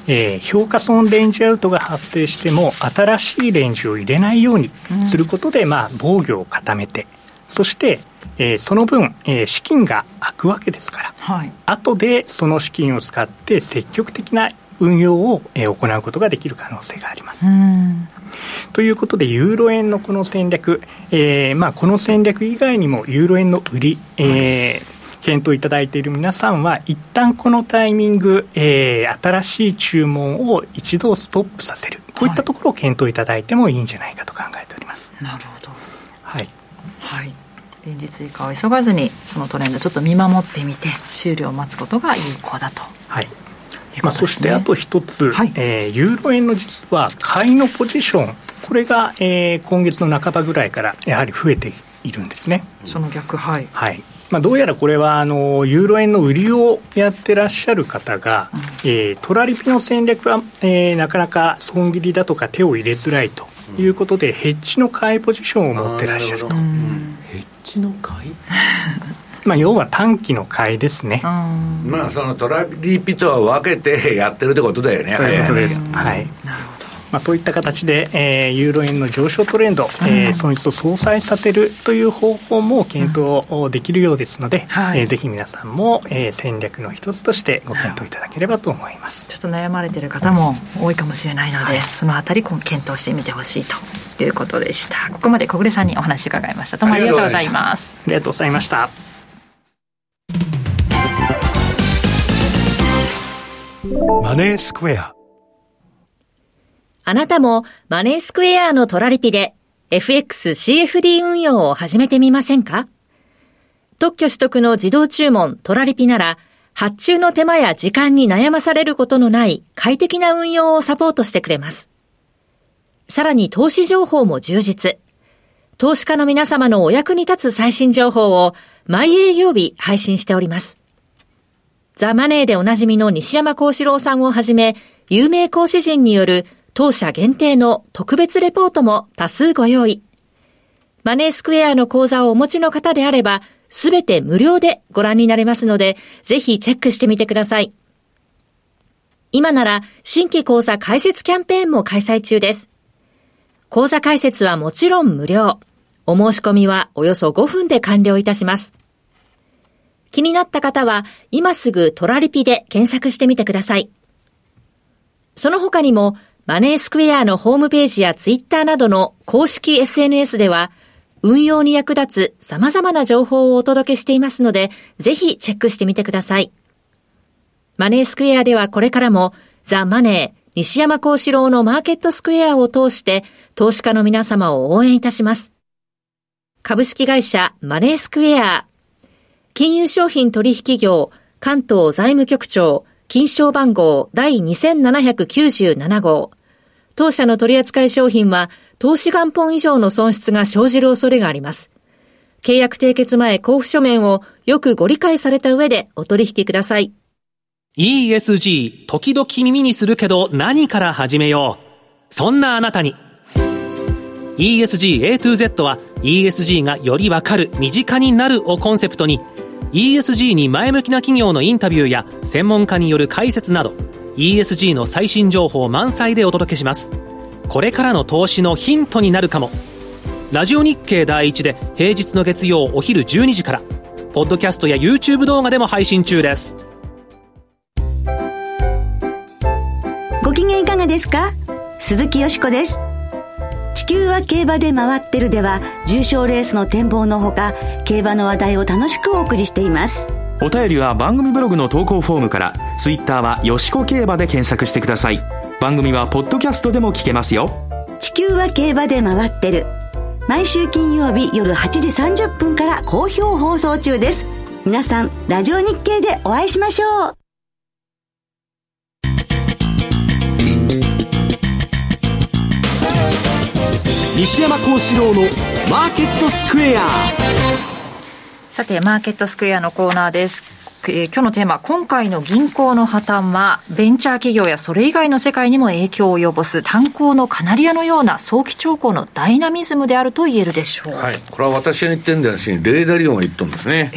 えー、評価損レンジアウトが発生しても新しいレンジを入れないようにすることで、うん、まあ、防御を固めて、そして、えー、その分、えー、資金が空くわけですから、はい、後でその資金を使って積極的な運用を、えー、行うことができる可能性があります。うん、ということでユーロ円のこの戦略、えーまあ、この戦略以外にもユーロ円の売り、えー検討いただいている皆さんは一旦このタイミング、えー、新しい注文を一度ストップさせる、こういったところを検討いただいてもいいんじゃないかと考えております。 なるほど、 はい、 はい、現実以下を急がずにそのトレンドちょっと見守ってみて終了を待つことが有効だと。 はい、まあ、そしてあと一つ、はい、えー、ユーロ円の実は買いのポジション、これが、えー、今月の半ばぐらいからやはり増えているんですね。 その逆、はい、 はい、まあ、どうやらこれはあのユーロ円の売りをやってらっしゃる方が、うん、えー、トラリピの戦略は、えー、なかなか損切りだとか手を入れづらいということで、うん、ヘッジの買いポジションを持ってらっしゃると。うん、 ヘッジの買いまあ、要は短期の買いですね。 まあ、そのトラリピとは分けてやってるってことだよね。 そういうことです、はい、なるほど。まあ、そういった形で、えー、ユーロ円の上昇トレンド、うん、えー、損失を相殺させるという方法も検討できるようですので、うん、はい、えー、ぜひ皆さんも、えー、戦略の一つとしてご検討いただければと思います。 ちょっと悩まれている方も多いかもしれないので、はい、そのあたり検討してみてほしいということでした。ここまで小暮さんにお話伺いました。どうもありがとうございます。 ありがとうございました。 マネースクエア。 あなたもマネースクエアのトラリピで エフエックスシーエフディー 運用を始めてみませんか？特許取得の自動注文トラリピなら、発注の手間や時間に悩まされることのない快適な運用をサポートしてくれます。さらに投資情報も充実。投資家の皆様のお役に立つ最新情報を毎営業日配信しております。ザ・マネーでおなじみの西山幸四郎さんをはじめ、有名講師陣による当社限定の特別レポートも多数ご用意。マネースクエアの講座をお持ちの方であれば、すべて無料でご覧になれますので、ぜひチェックしてみてください。今なら新規講座開設キャンペーンも開催中です。講座開設はもちろん無料。お申し込みはおよそごふんで完了いたします。気になった方は今すぐトラリピで検索してみてください。その他にもマネースクエアのホームページやツイッターなどの公式 エスエヌエス では運用に役立つ様々な情報をお届けしていますので、ぜひチェックしてみてください。マネースクエアではこれからもザ・マネー西山幸四郎のマーケットスクエアを通して投資家の皆様を応援いたします。株式会社マネースクエア、金融商品取引業関東財務局長金賞番号第にせんななひゃくきゅうじゅうなな号。当社の取扱商品は投資元本以上の損失が生じる恐れがあります。契約締結前交付書面をよくご理解された上でお取引ください。 イーエスジー 時々耳にするけど何から始めよう。そんなあなたに イーエスジー A to Z は イーエスジー がよりわかる、身近になるをコンセプトに イーエスジー に前向きな企業のインタビューや専門家による解説など イーエスジー の最新情報満載でお届けします。これからの投資のヒントになるかも。ラジオ日経第一で平日の月曜お昼じゅうにじから、ポッドキャストや YouTube 動画でも配信中です。 ご機嫌いかがですか？鈴木よしこです。地球は競馬で回ってるでは、重賞レースの展望のほか、競馬の話題を楽しくお送りしています。 お便りは番組ブログの投稿フォームから、ツイッターはよしこ競馬で検索してください。番組はポッドキャストでも聞けますよ。 地球は競馬で回ってる、毎週金曜日夜はちじさんじゅっぷんから好評放送中です。皆さんラジオ日経でお会いしましょう。 西山幸四郎のマーケットスクエア。 さて、マーケットスクエアのコーナーです。えー、今日のテーマ、今回の銀行の破綻はベンチャー企業やそれ以外の世界にも影響を及ぼす炭鉱のカナリアのような早期兆候のダイナミズムであると言えるでしょう。 はい、これは私が言ってるんだし、レーダリオンが言ったんですね。えー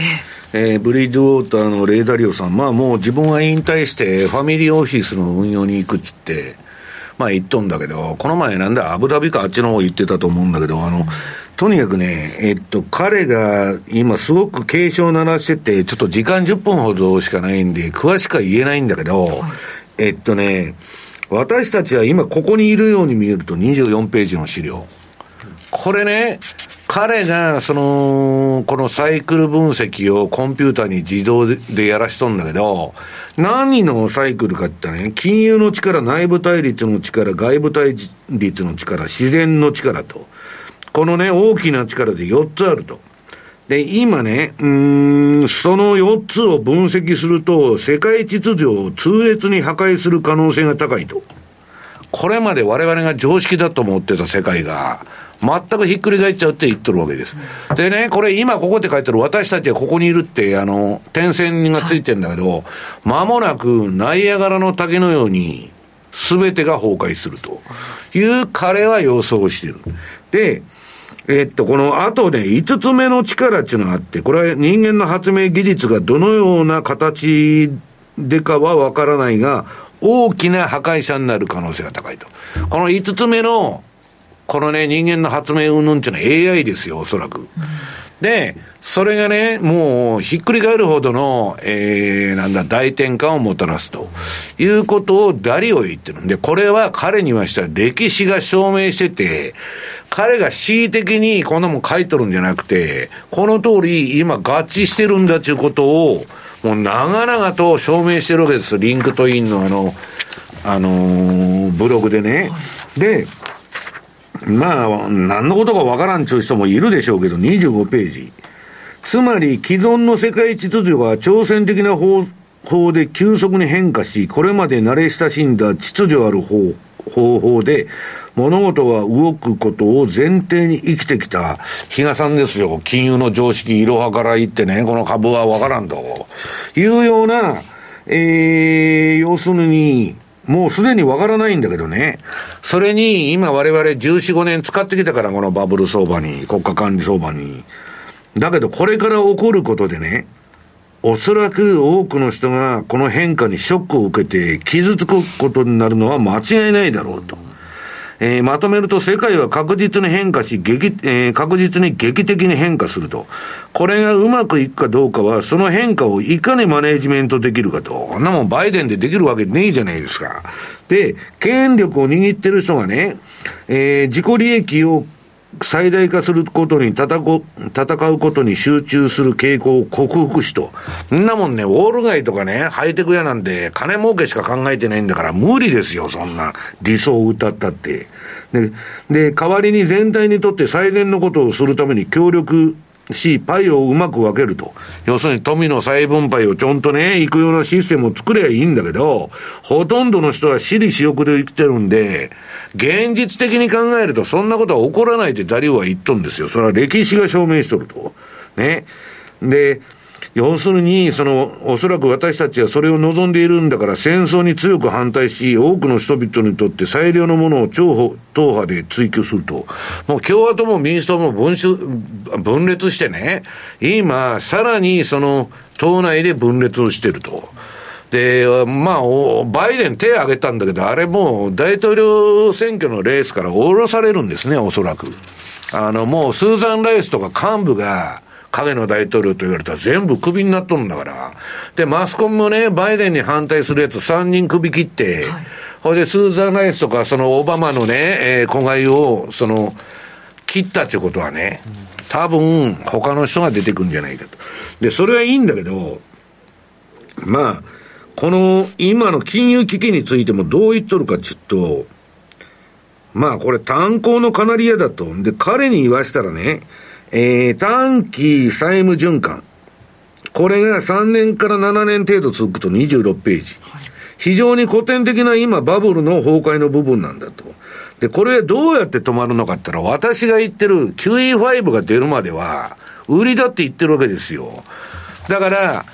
えー、ブリッジウォーターのレイダリオさん、まあもう自分は引退してファミリーオフィスの運用に行くっつって、まあ言っとんだけど、この前なんだ、アブダビかあっちの方言ってたと思うんだけど、あの、とにかくね、えっと、彼が今すごく警鐘を鳴らしてて、ちょっと時間じゅっぷんほどしかないんで、詳しくは言えないんだけど、はい、えっとね、私たちは今ここにいるように見えるとにじゅうよんページの資料。これね、彼が、その、このサイクル分析をコンピューターに自動でやらしとんだけど、何のサイクルかって言ったらね、金融の力、内部対立の力、外部対立の力、自然の力と、このね、大きな力でよっつあると。で、今ね、うーん、そのよっつを分析すると、世界秩序を痛烈に破壊する可能性が高いと。これまで我々が常識だと思ってた世界が、全くひっくり返っちゃうって言っとるわけです。でね、これ今ここって書いてる私たちはここにいるって、あの、点線がついてるんだけど、間もなくナイアガラの滝のように全てが崩壊するという彼は予想してる。で、えっと、この後ね、いつつめの力っていうのがあって、これは人間の発明技術がどのような形でかはわからないが、大きな破壊者になる可能性が高いと。このいつつめのこのね、人間の発明云々っていうのは エーアイ ですよ、おそらく。うん、で、それがね、もうひっくり返るほどの、えー、なんだ、大転換をもたらすということをダリオ言ってるんで、これは彼にはしたら歴史が証明してて、彼が恣意的にこんなもん書いとるんじゃなくて、この通り今合致してるんだということを、もう長々と証明してるわけです。リンクトインのあの、あのー、ブログでね。で、まあ、何のことかわからんちゅう人もいるでしょうけど、にじゅうごページ。つまり、既存の世界秩序が挑戦的な方法で急速に変化し、これまで慣れ親しんだ秩序ある方方法で、物事が動くことを前提に生きてきた比嘉さんですよ。金融の常識、いろはから言ってね、この株はわからんというような、えー、要するに、もうすでにわからないんだけどね。それに、今我々じゅうよん、ごねん使ってきたから、このバブル相場に、国家管理相場に。だけど、これから起こることでね、おそらく多くの人がこの変化にショックを受けて傷つくことになるのは間違いないだろうと。えー、まとめると世界は確実に変化し、劇、えー、確実に劇的に変化すると。これがうまくいくかどうかは、その変化をいかにマネージメントできるかと。こんなもんバイデンでできるわけねえじゃないですか。で、権力を握ってる人がね、えー、自己利益を最大化することに戦う、戦うことに集中する傾向を克服しと。そんなもんね、ウォール街とかね、ハイテク屋なんで、金儲けしか考えてないんだから無理ですよ、そんな理想を歌ったって。で、で、代わりに全体にとって最善のことをするために協力し、パイをうまく分けると。要するに富の再分配をちょんとね、いくようなシステムを作ればいいんだけど、ほとんどの人は私利私欲で生きてるんで、現実的に考えるとそんなことは起こらないってダリオは言っとんですよ。それは歴史が証明しとると。ね。で、要するに、その、おそらく私たちはそれを望んでいるんだから戦争に強く反対し、多くの人々にとって最良のものを超党派で追求すると。もう共和党も民主党も分種、分裂してね、今、さらにその、党内で分裂をしてると。で、まあ、バイデン手を挙げたんだけど、あれもう大統領選挙のレースから降ろされるんですね、おそらく。あの、もうスーザン・ライスとか幹部が、影の大統領と言われたら全部クビになっとるんだから。で、マスコミもね、バイデンに反対するやつさんにんクビ切って、はい、ほいで、スーザン・ライスとか、そのオバマのね、えー、子飼いを、その、切ったっていうことはね、多分、他の人が出てくるんじゃないかと。で、それはいいんだけど、まあ、この、今の金融危機についてもどう言っとるかちょっと、まあ、これ炭鉱のカナリアだと。で、彼に言わしたらね、えー、短期債務循環。これがさんねんからななねん程度続くとにじゅうろくページ。非常に古典的な今バブルの崩壊の部分なんだと。で、これどうやって止まるのかって言ったら、私が言ってる キューイーファイブ が出るまでは、売りだって言ってるわけですよ。だから、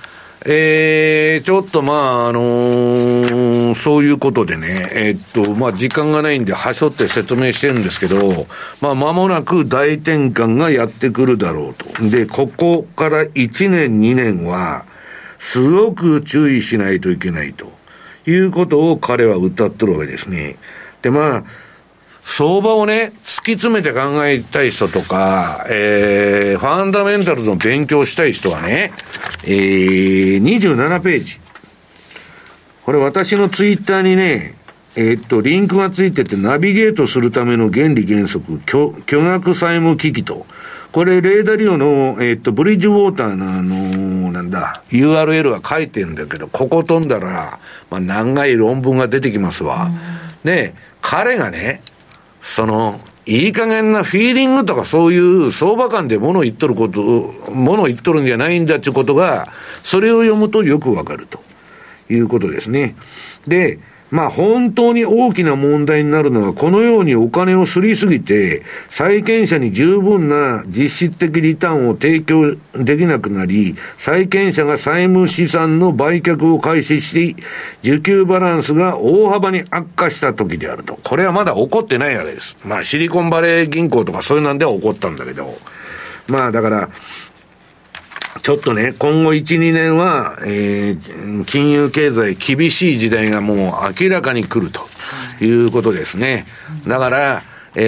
えー、ちょっとまあ、あのー、そういうことでね、えー、っと、まあ、時間がないんで、はしょって説明してるんですけど、まあ、間もなく大転換がやってくるだろうと。で、ここからいちねん、にねんは、すごく注意しないといけないということを彼は歌ってるわけですね。で、まあ、相場をね、突き詰めて考えたい人とか、えー、ファンダメンタルの勉強したい人はね、えー、にじゅうななページ。これ私のツイッターにね、えー、っと、リンクがついてて、ナビゲートするための原理原則、巨、巨額債務危機と、これ、レーダリオの、えー、っと、ブリッジウォーターのあのー、なんだ、ユーアールエル は書いてるんだけど、ここ飛んだら、まあ、長い論文が出てきますわ。で、彼がね、その、いい加減なフィーリングとかそういう相場感で物を言っとること、物を言っとるんじゃないんだっていうことが、それを読むとよくわかるということですね。で、まあ本当に大きな問題になるのは、このようにお金をすりすぎて、債権者に十分な実質的リターンを提供できなくなり、債権者が債務資産の売却を開始し、需給バランスが大幅に悪化した時であると。これはまだ起こってないわけです。まあシリコンバレー銀行とかそういうなんでは起こったんだけど。まあだから、ちょっとね、今後いち、にねんは、えー、金融経済厳しい時代がもう明らかに来るということですね。だから、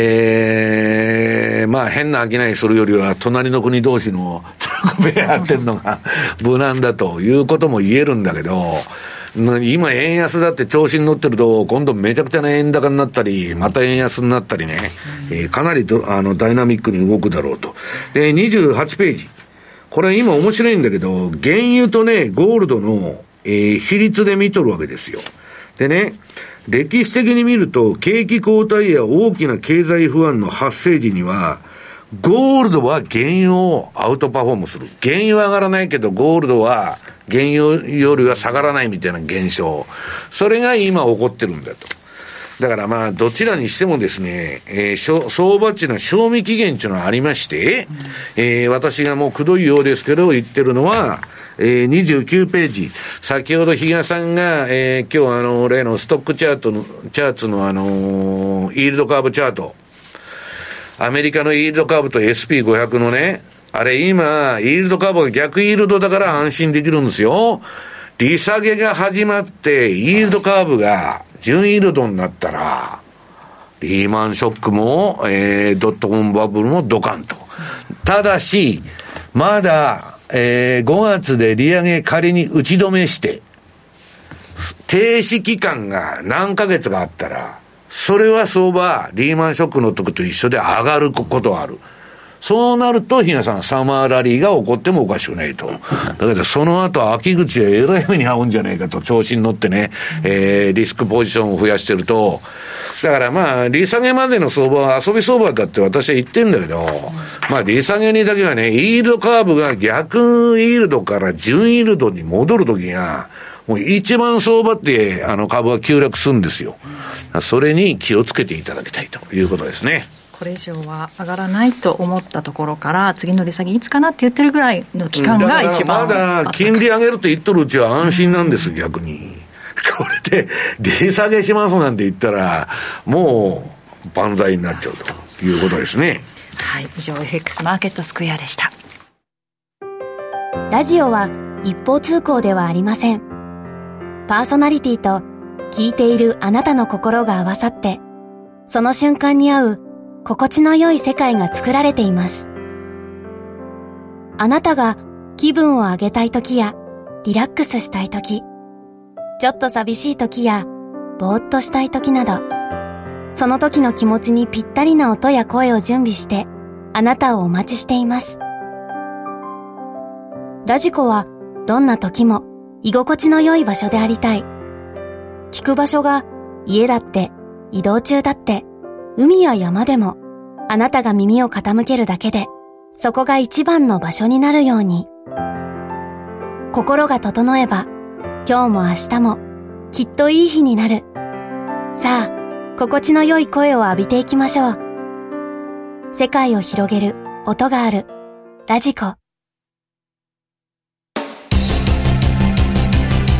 えー、まあ変な商いするよりは隣の国同士の中米やってるのが無難だということも言えるんだけど、今円安だって調子に乗ってると今度めちゃくちゃな円高になったりまた円安になったりね、えー、かなりどあのダイナミックに動くだろうと。で、にじゅうはちページ。これ今面白いんだけど、原油とね、ゴールドの、えー、比率で見とるわけですよ。でね、歴史的に見ると、景気後退や大きな経済不安の発生時には、ゴールドは原油をアウトパフォームする。原油は上がらないけど、ゴールドは原油よりは下がらないみたいな現象。それが今起こってるんだと。だからまあ、どちらにしてもですね、えー、相場っていうのは賞味期限っていうのはありまして、うん、えー、私がもうくどいようですけど言ってるのは、えー、にじゅうきゅうページ。先ほど比嘉さんが、えー、今日あの、例のストックチャートの、チャーツのあのー、イールドカーブチャート。アメリカのイールドカーブと エスピーごひゃく のね、あれ今、イールドカーブが逆イールドだから安心できるんですよ。利下げが始まって、イールドカーブが、純イールドになったら、リーマンショックも、えー、ドットコムバブルもドカンと。ただし、まだ、えー、ごがつで利上げ仮に打ち止めして、停止期間が何ヶ月があったら、それは相場、リーマンショックの時と一緒で上がることはある。そうなると、ひなさん、サマーラリーが起こってもおかしくないと。だけど、その後、秋口へえらい目に遭うんじゃないかと、調子に乗ってね、えー、リスクポジションを増やしてると、だからまあ、利下げまでの相場は遊び相場だって私は言ってんだけど、まあ、利下げにだけはね、イールドカーブが逆イールドから純イールドに戻るときが、もう一番相場って、あの株は急落するんですよ。それに気をつけていただきたいということですね。 これ以上は上がらないと思ったところから次の利下げいつかなって言ってるぐらいの期間が一番、 だからまだ金利上げると言っとるうちは安心なんです、うん、逆にこれで利下げしますなんて言ったらもう万歳になっちゃうということですね。 はい、以上 エフエックス マーケットスクエアでした。 ラジオは一方通行ではありません。パーソナリティと聞いているあなたの心が合わさってその瞬間に合う心地の良い世界が作られています。あなたが気分を上げたい時やリラックスしたい時、ちょっと寂しい時やぼーっとしたい時など、その時の気持ちにぴったりな音や声を準備してあなたをお待ちしています。ラジコはどんな時も居心地の良い場所でありたい。聞く場所が家だって移動中だって海や山でもあなたが耳を傾けるだけでそこが一番の場所になるように。心が整えば今日も明日もきっといい日になる。さあ、心地の良い声を浴びていきましょう。世界を広げる音があるラジコ。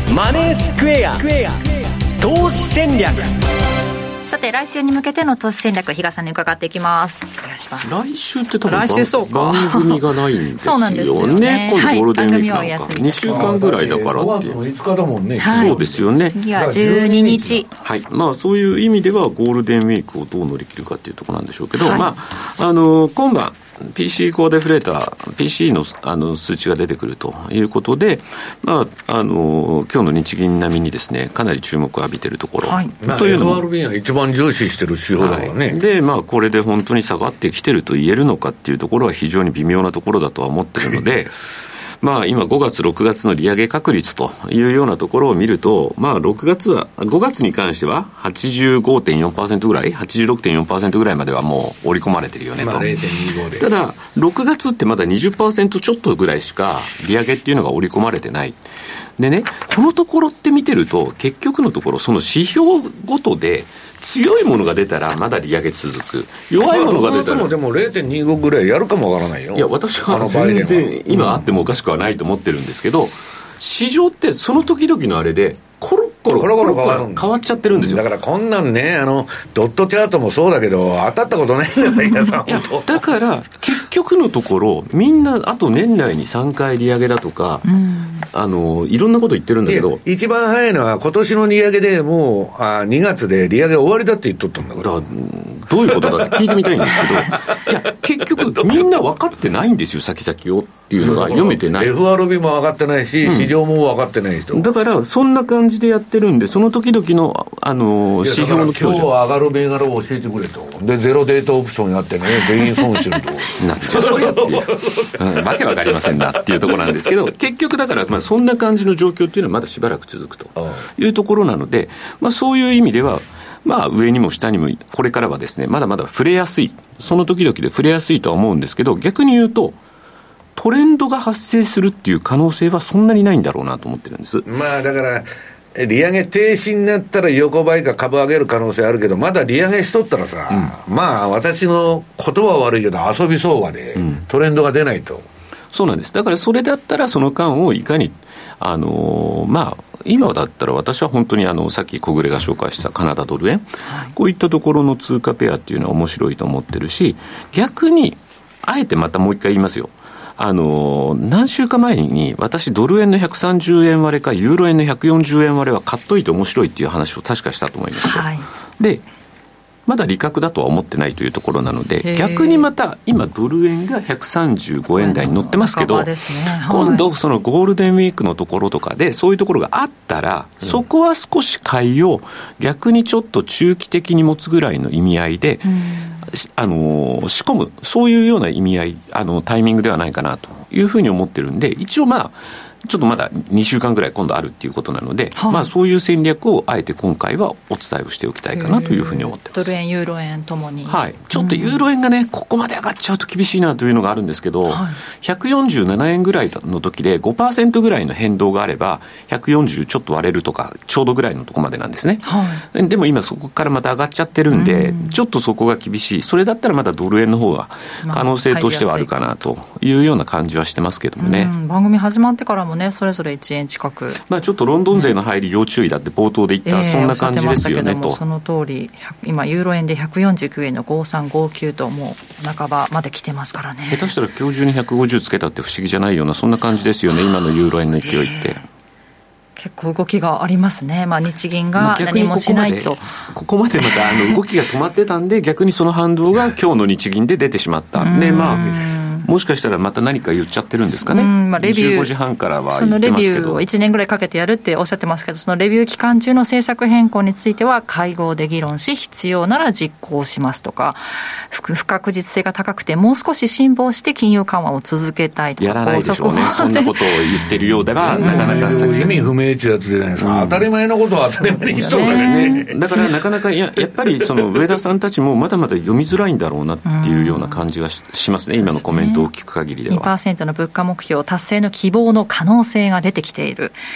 マネースクエア投資戦略。 さて来週に向けての投資戦略、比嘉さんに伺っていきます。お願いします。 来週って多分来週そうか番組がないんですよね。 そうなんですよね。 今度ゴールデンウィークなんか、 はい、 にしゅうかんぐらいだからっていう。 ごがつのいつかだもんね、 はい、 そうですよね。 次はじゅうににち。 はい。まあそういう意味ではゴールデンウィークをどう乗り切るかっていうところなんでしょうけど、はい、まああの今晩ピーシー コアデフレーター ピーシー の, あの数値が出てくるということで、まあ、あの今日の日銀並みにですねかなり注目を浴びているところ、はい、 というのも エフアールビー が一番重視している指標だからね、 はい、でまあこれで本当に下がってきてると言えるのかっていうところは非常に微妙なところだとは思ってるのでまあ今ごがつろくがつの利上げ確率というようなところを見ると、まあろくがつはごがつに関しては はちじゅうごてんよんパーセント ぐらい はちじゅうろくてんよんパーセント ぐらいまではもう織り込まれてるよねと、 まあ、れいてんにご でただろくがつってまだ にじゅっパーセント ちょっとぐらいしか利上げっていうのが織り込まれてないでね、このところって見てると結局のところその指標ごとで強いものが出たらまだ利上げ続く、弱いものが出たら、 まあ、ろくがつもでも れいてんにご ぐらいやるかもわからないよ。 いや私は全然今あってもおかしくはないと思ってるんですけど、うん、市場ってその時々のあれでコロッコロコロコロ変わる変わっちゃってるんですよ。 だからこんなんね、あのドットチャートもそうだけど当たったことないんだから皆さん本当だから結局のところみんなあと年内にさんかい利上げだとか、うん、あのいろんなこと言ってるんだけど、 一番早いのは今年の利上げでもうあにがつで利上げ終わりだって言っとったんだから、 だからどういうことだって聞いてみたいんですけどいや結局みんな分かってないんですよ、先々をっていうのが読めてない。 エフアールビー も分かってないし、うん、市場も分かってない人だからそんな感じでやってるんで、その時々の、あのー、指標の今日は上がる銘柄を教えてくれと、でゼロデータオプションやってね全員損してるとなんじゃそりゃっていう、うん、わけわかりませんなっていうところなんですけど結局だから、まあ、そんな感じの状況っていうのはまだしばらく続くというところなので、まあ、そういう意味ではまあ上にも下にもこれからはですねまだまだ触れやすい、その時々で触れやすいとは思うんですけど、逆に言うとトレンドが発生するっていう可能性はそんなにないんだろうなと思ってるんです。 まあだから利上げ停止になったら横ばいか株上げる可能性あるけど、まだ利上げしとったらさ、うん、まあ私の言葉は悪いけど遊び相場でトレンドが出ないと、うん、 そうなんです。だからそれだったらその間をいかにあのー、まあ今だったら私は本当にあのさっき小暮が紹介したカナダドル円、はい、こういったところの通貨ペアっていうのは面白いと思ってるし、逆にあえてまたもう一回言いますよ、あの何週間前に私ドル円のひゃくさんじゅうえん割れかユーロ円のひゃくよんじゅうえん割れは買っといて面白いっていう話を確かしたと思います、はい、でまだ利確だとは思ってないというところなので、逆にまた今ドル円がひゃくさんじゅうごえん台に乗ってますけど、 ね、はい、 今度そのゴールデンウィークのところとかでそういうところがあったら、うん、そこは少し買いを逆にちょっと中期的に持つぐらいの意味合いで、うん、あの仕込む、そういうような意味合い、あのタイミングではないかなというふうに思ってるんで、一応まあちょっとまだにしゅうかんぐらい今度あるっていうことなので、はい、まあそういう戦略をあえて今回はお伝えをしておきたいかなというふうに思ってます。 ドル円ユーロ円ともに、 はい、ちょっとユーロ円がね、うん、ここまで上がっちゃうと厳しいなというのがあるんですけど、はい、ひゃくよんじゅうななえんぐらいの時で ごパーセント ぐらいの変動があればひゃくよんじゅうちょっと割れるとかちょうどぐらいのとこまでなんですね、はい、でも今そこからまた上がっちゃってるんで、うん、ちょっとそこが厳しい。それだったらまだドル円の方が可能性としてはあるかなというような感じはしてますけどもね、 うん、番組始まってからもねそれぞれいちえん近く、 まあ、ちょっとロンドン勢の入り要注意だって冒頭で言った、うん、そんな感じですよね、えー、とその通り今ユーロ円でひゃくよんじゅうきゅうえんのごさんごきゅうともう半ばまで来てますからね。 下手したら今日中にひゃくごじゅうつけたって不思議じゃないようなそんな感じですよね今のユーロ円の勢いって、えー、 結構動きがありますね、まあ、日銀が何もしないと、 まあ、ここまでここまでまたあの動きが止まってたんで逆にその反動が今日の日銀で出てしまったで、まあもしかしたらまた何か言っちゃってるんですかね、 うんまあ、レビューじゅうごじはんからは言ってますけど、 そのレビューをいちねんぐらいかけてやるっておっしゃってますけど、そのレビュー期間中の政策変更については会合で議論し必要なら実行しますとか、不, 不確実性が高くてもう少し辛抱して金融緩和を続けたいとか、 やらないでしょうねそんなことを言ってるようではなかなか意味不明ってやつじゃないですか、うん、当たり前のことは当たり前にしそうですね。 だからなかなか や, やっぱりその上田さんたちもまだまだ読みづらいんだろうなっていうような感じが し, しますね今のコメントを聞く限りでは。 にパーセント の物価目標達成の希望の可能性が出てきている。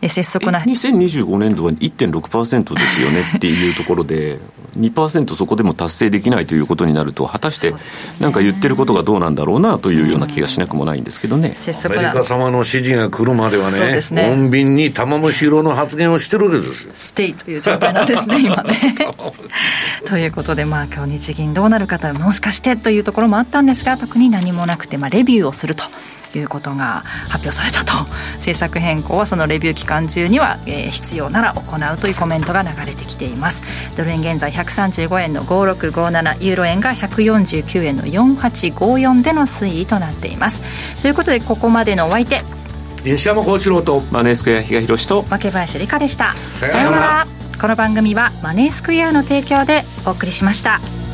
で拙速なにせんにじゅうごねんどは いってんろくパーセント ですよねっていうところでにパーセント そこでも達成できないということになると果たしてなんか言ってることがどうなんだろうなというような気がしなくもないんですけどね。 アメリカ様の指示が来るまでは ね, ね穏便に玉虫色の発言をしてるわけですよ。 ステイという状態なんですね今ねということで、まあ、今日日銀どうなるかもしかしてというところもあったんですが、特に何もなくて、まあ、レビューをするということが発表されたと。政策変更はそのレビュー期間中には、えー、必要なら行うというコメントが流れてきています。ドル円現在ひゃくさんじゅうごえんのごろくごなな、ユーロ円がひゃくよんじゅうきゅうえんのよんはちごよんでの推移となっています。ということでここまでのお相手、 西山幸四郎とマネースクエア比嘉宏と若林理香でした。 さようなら。 この番組はマネースクエアの提供でお送りしました。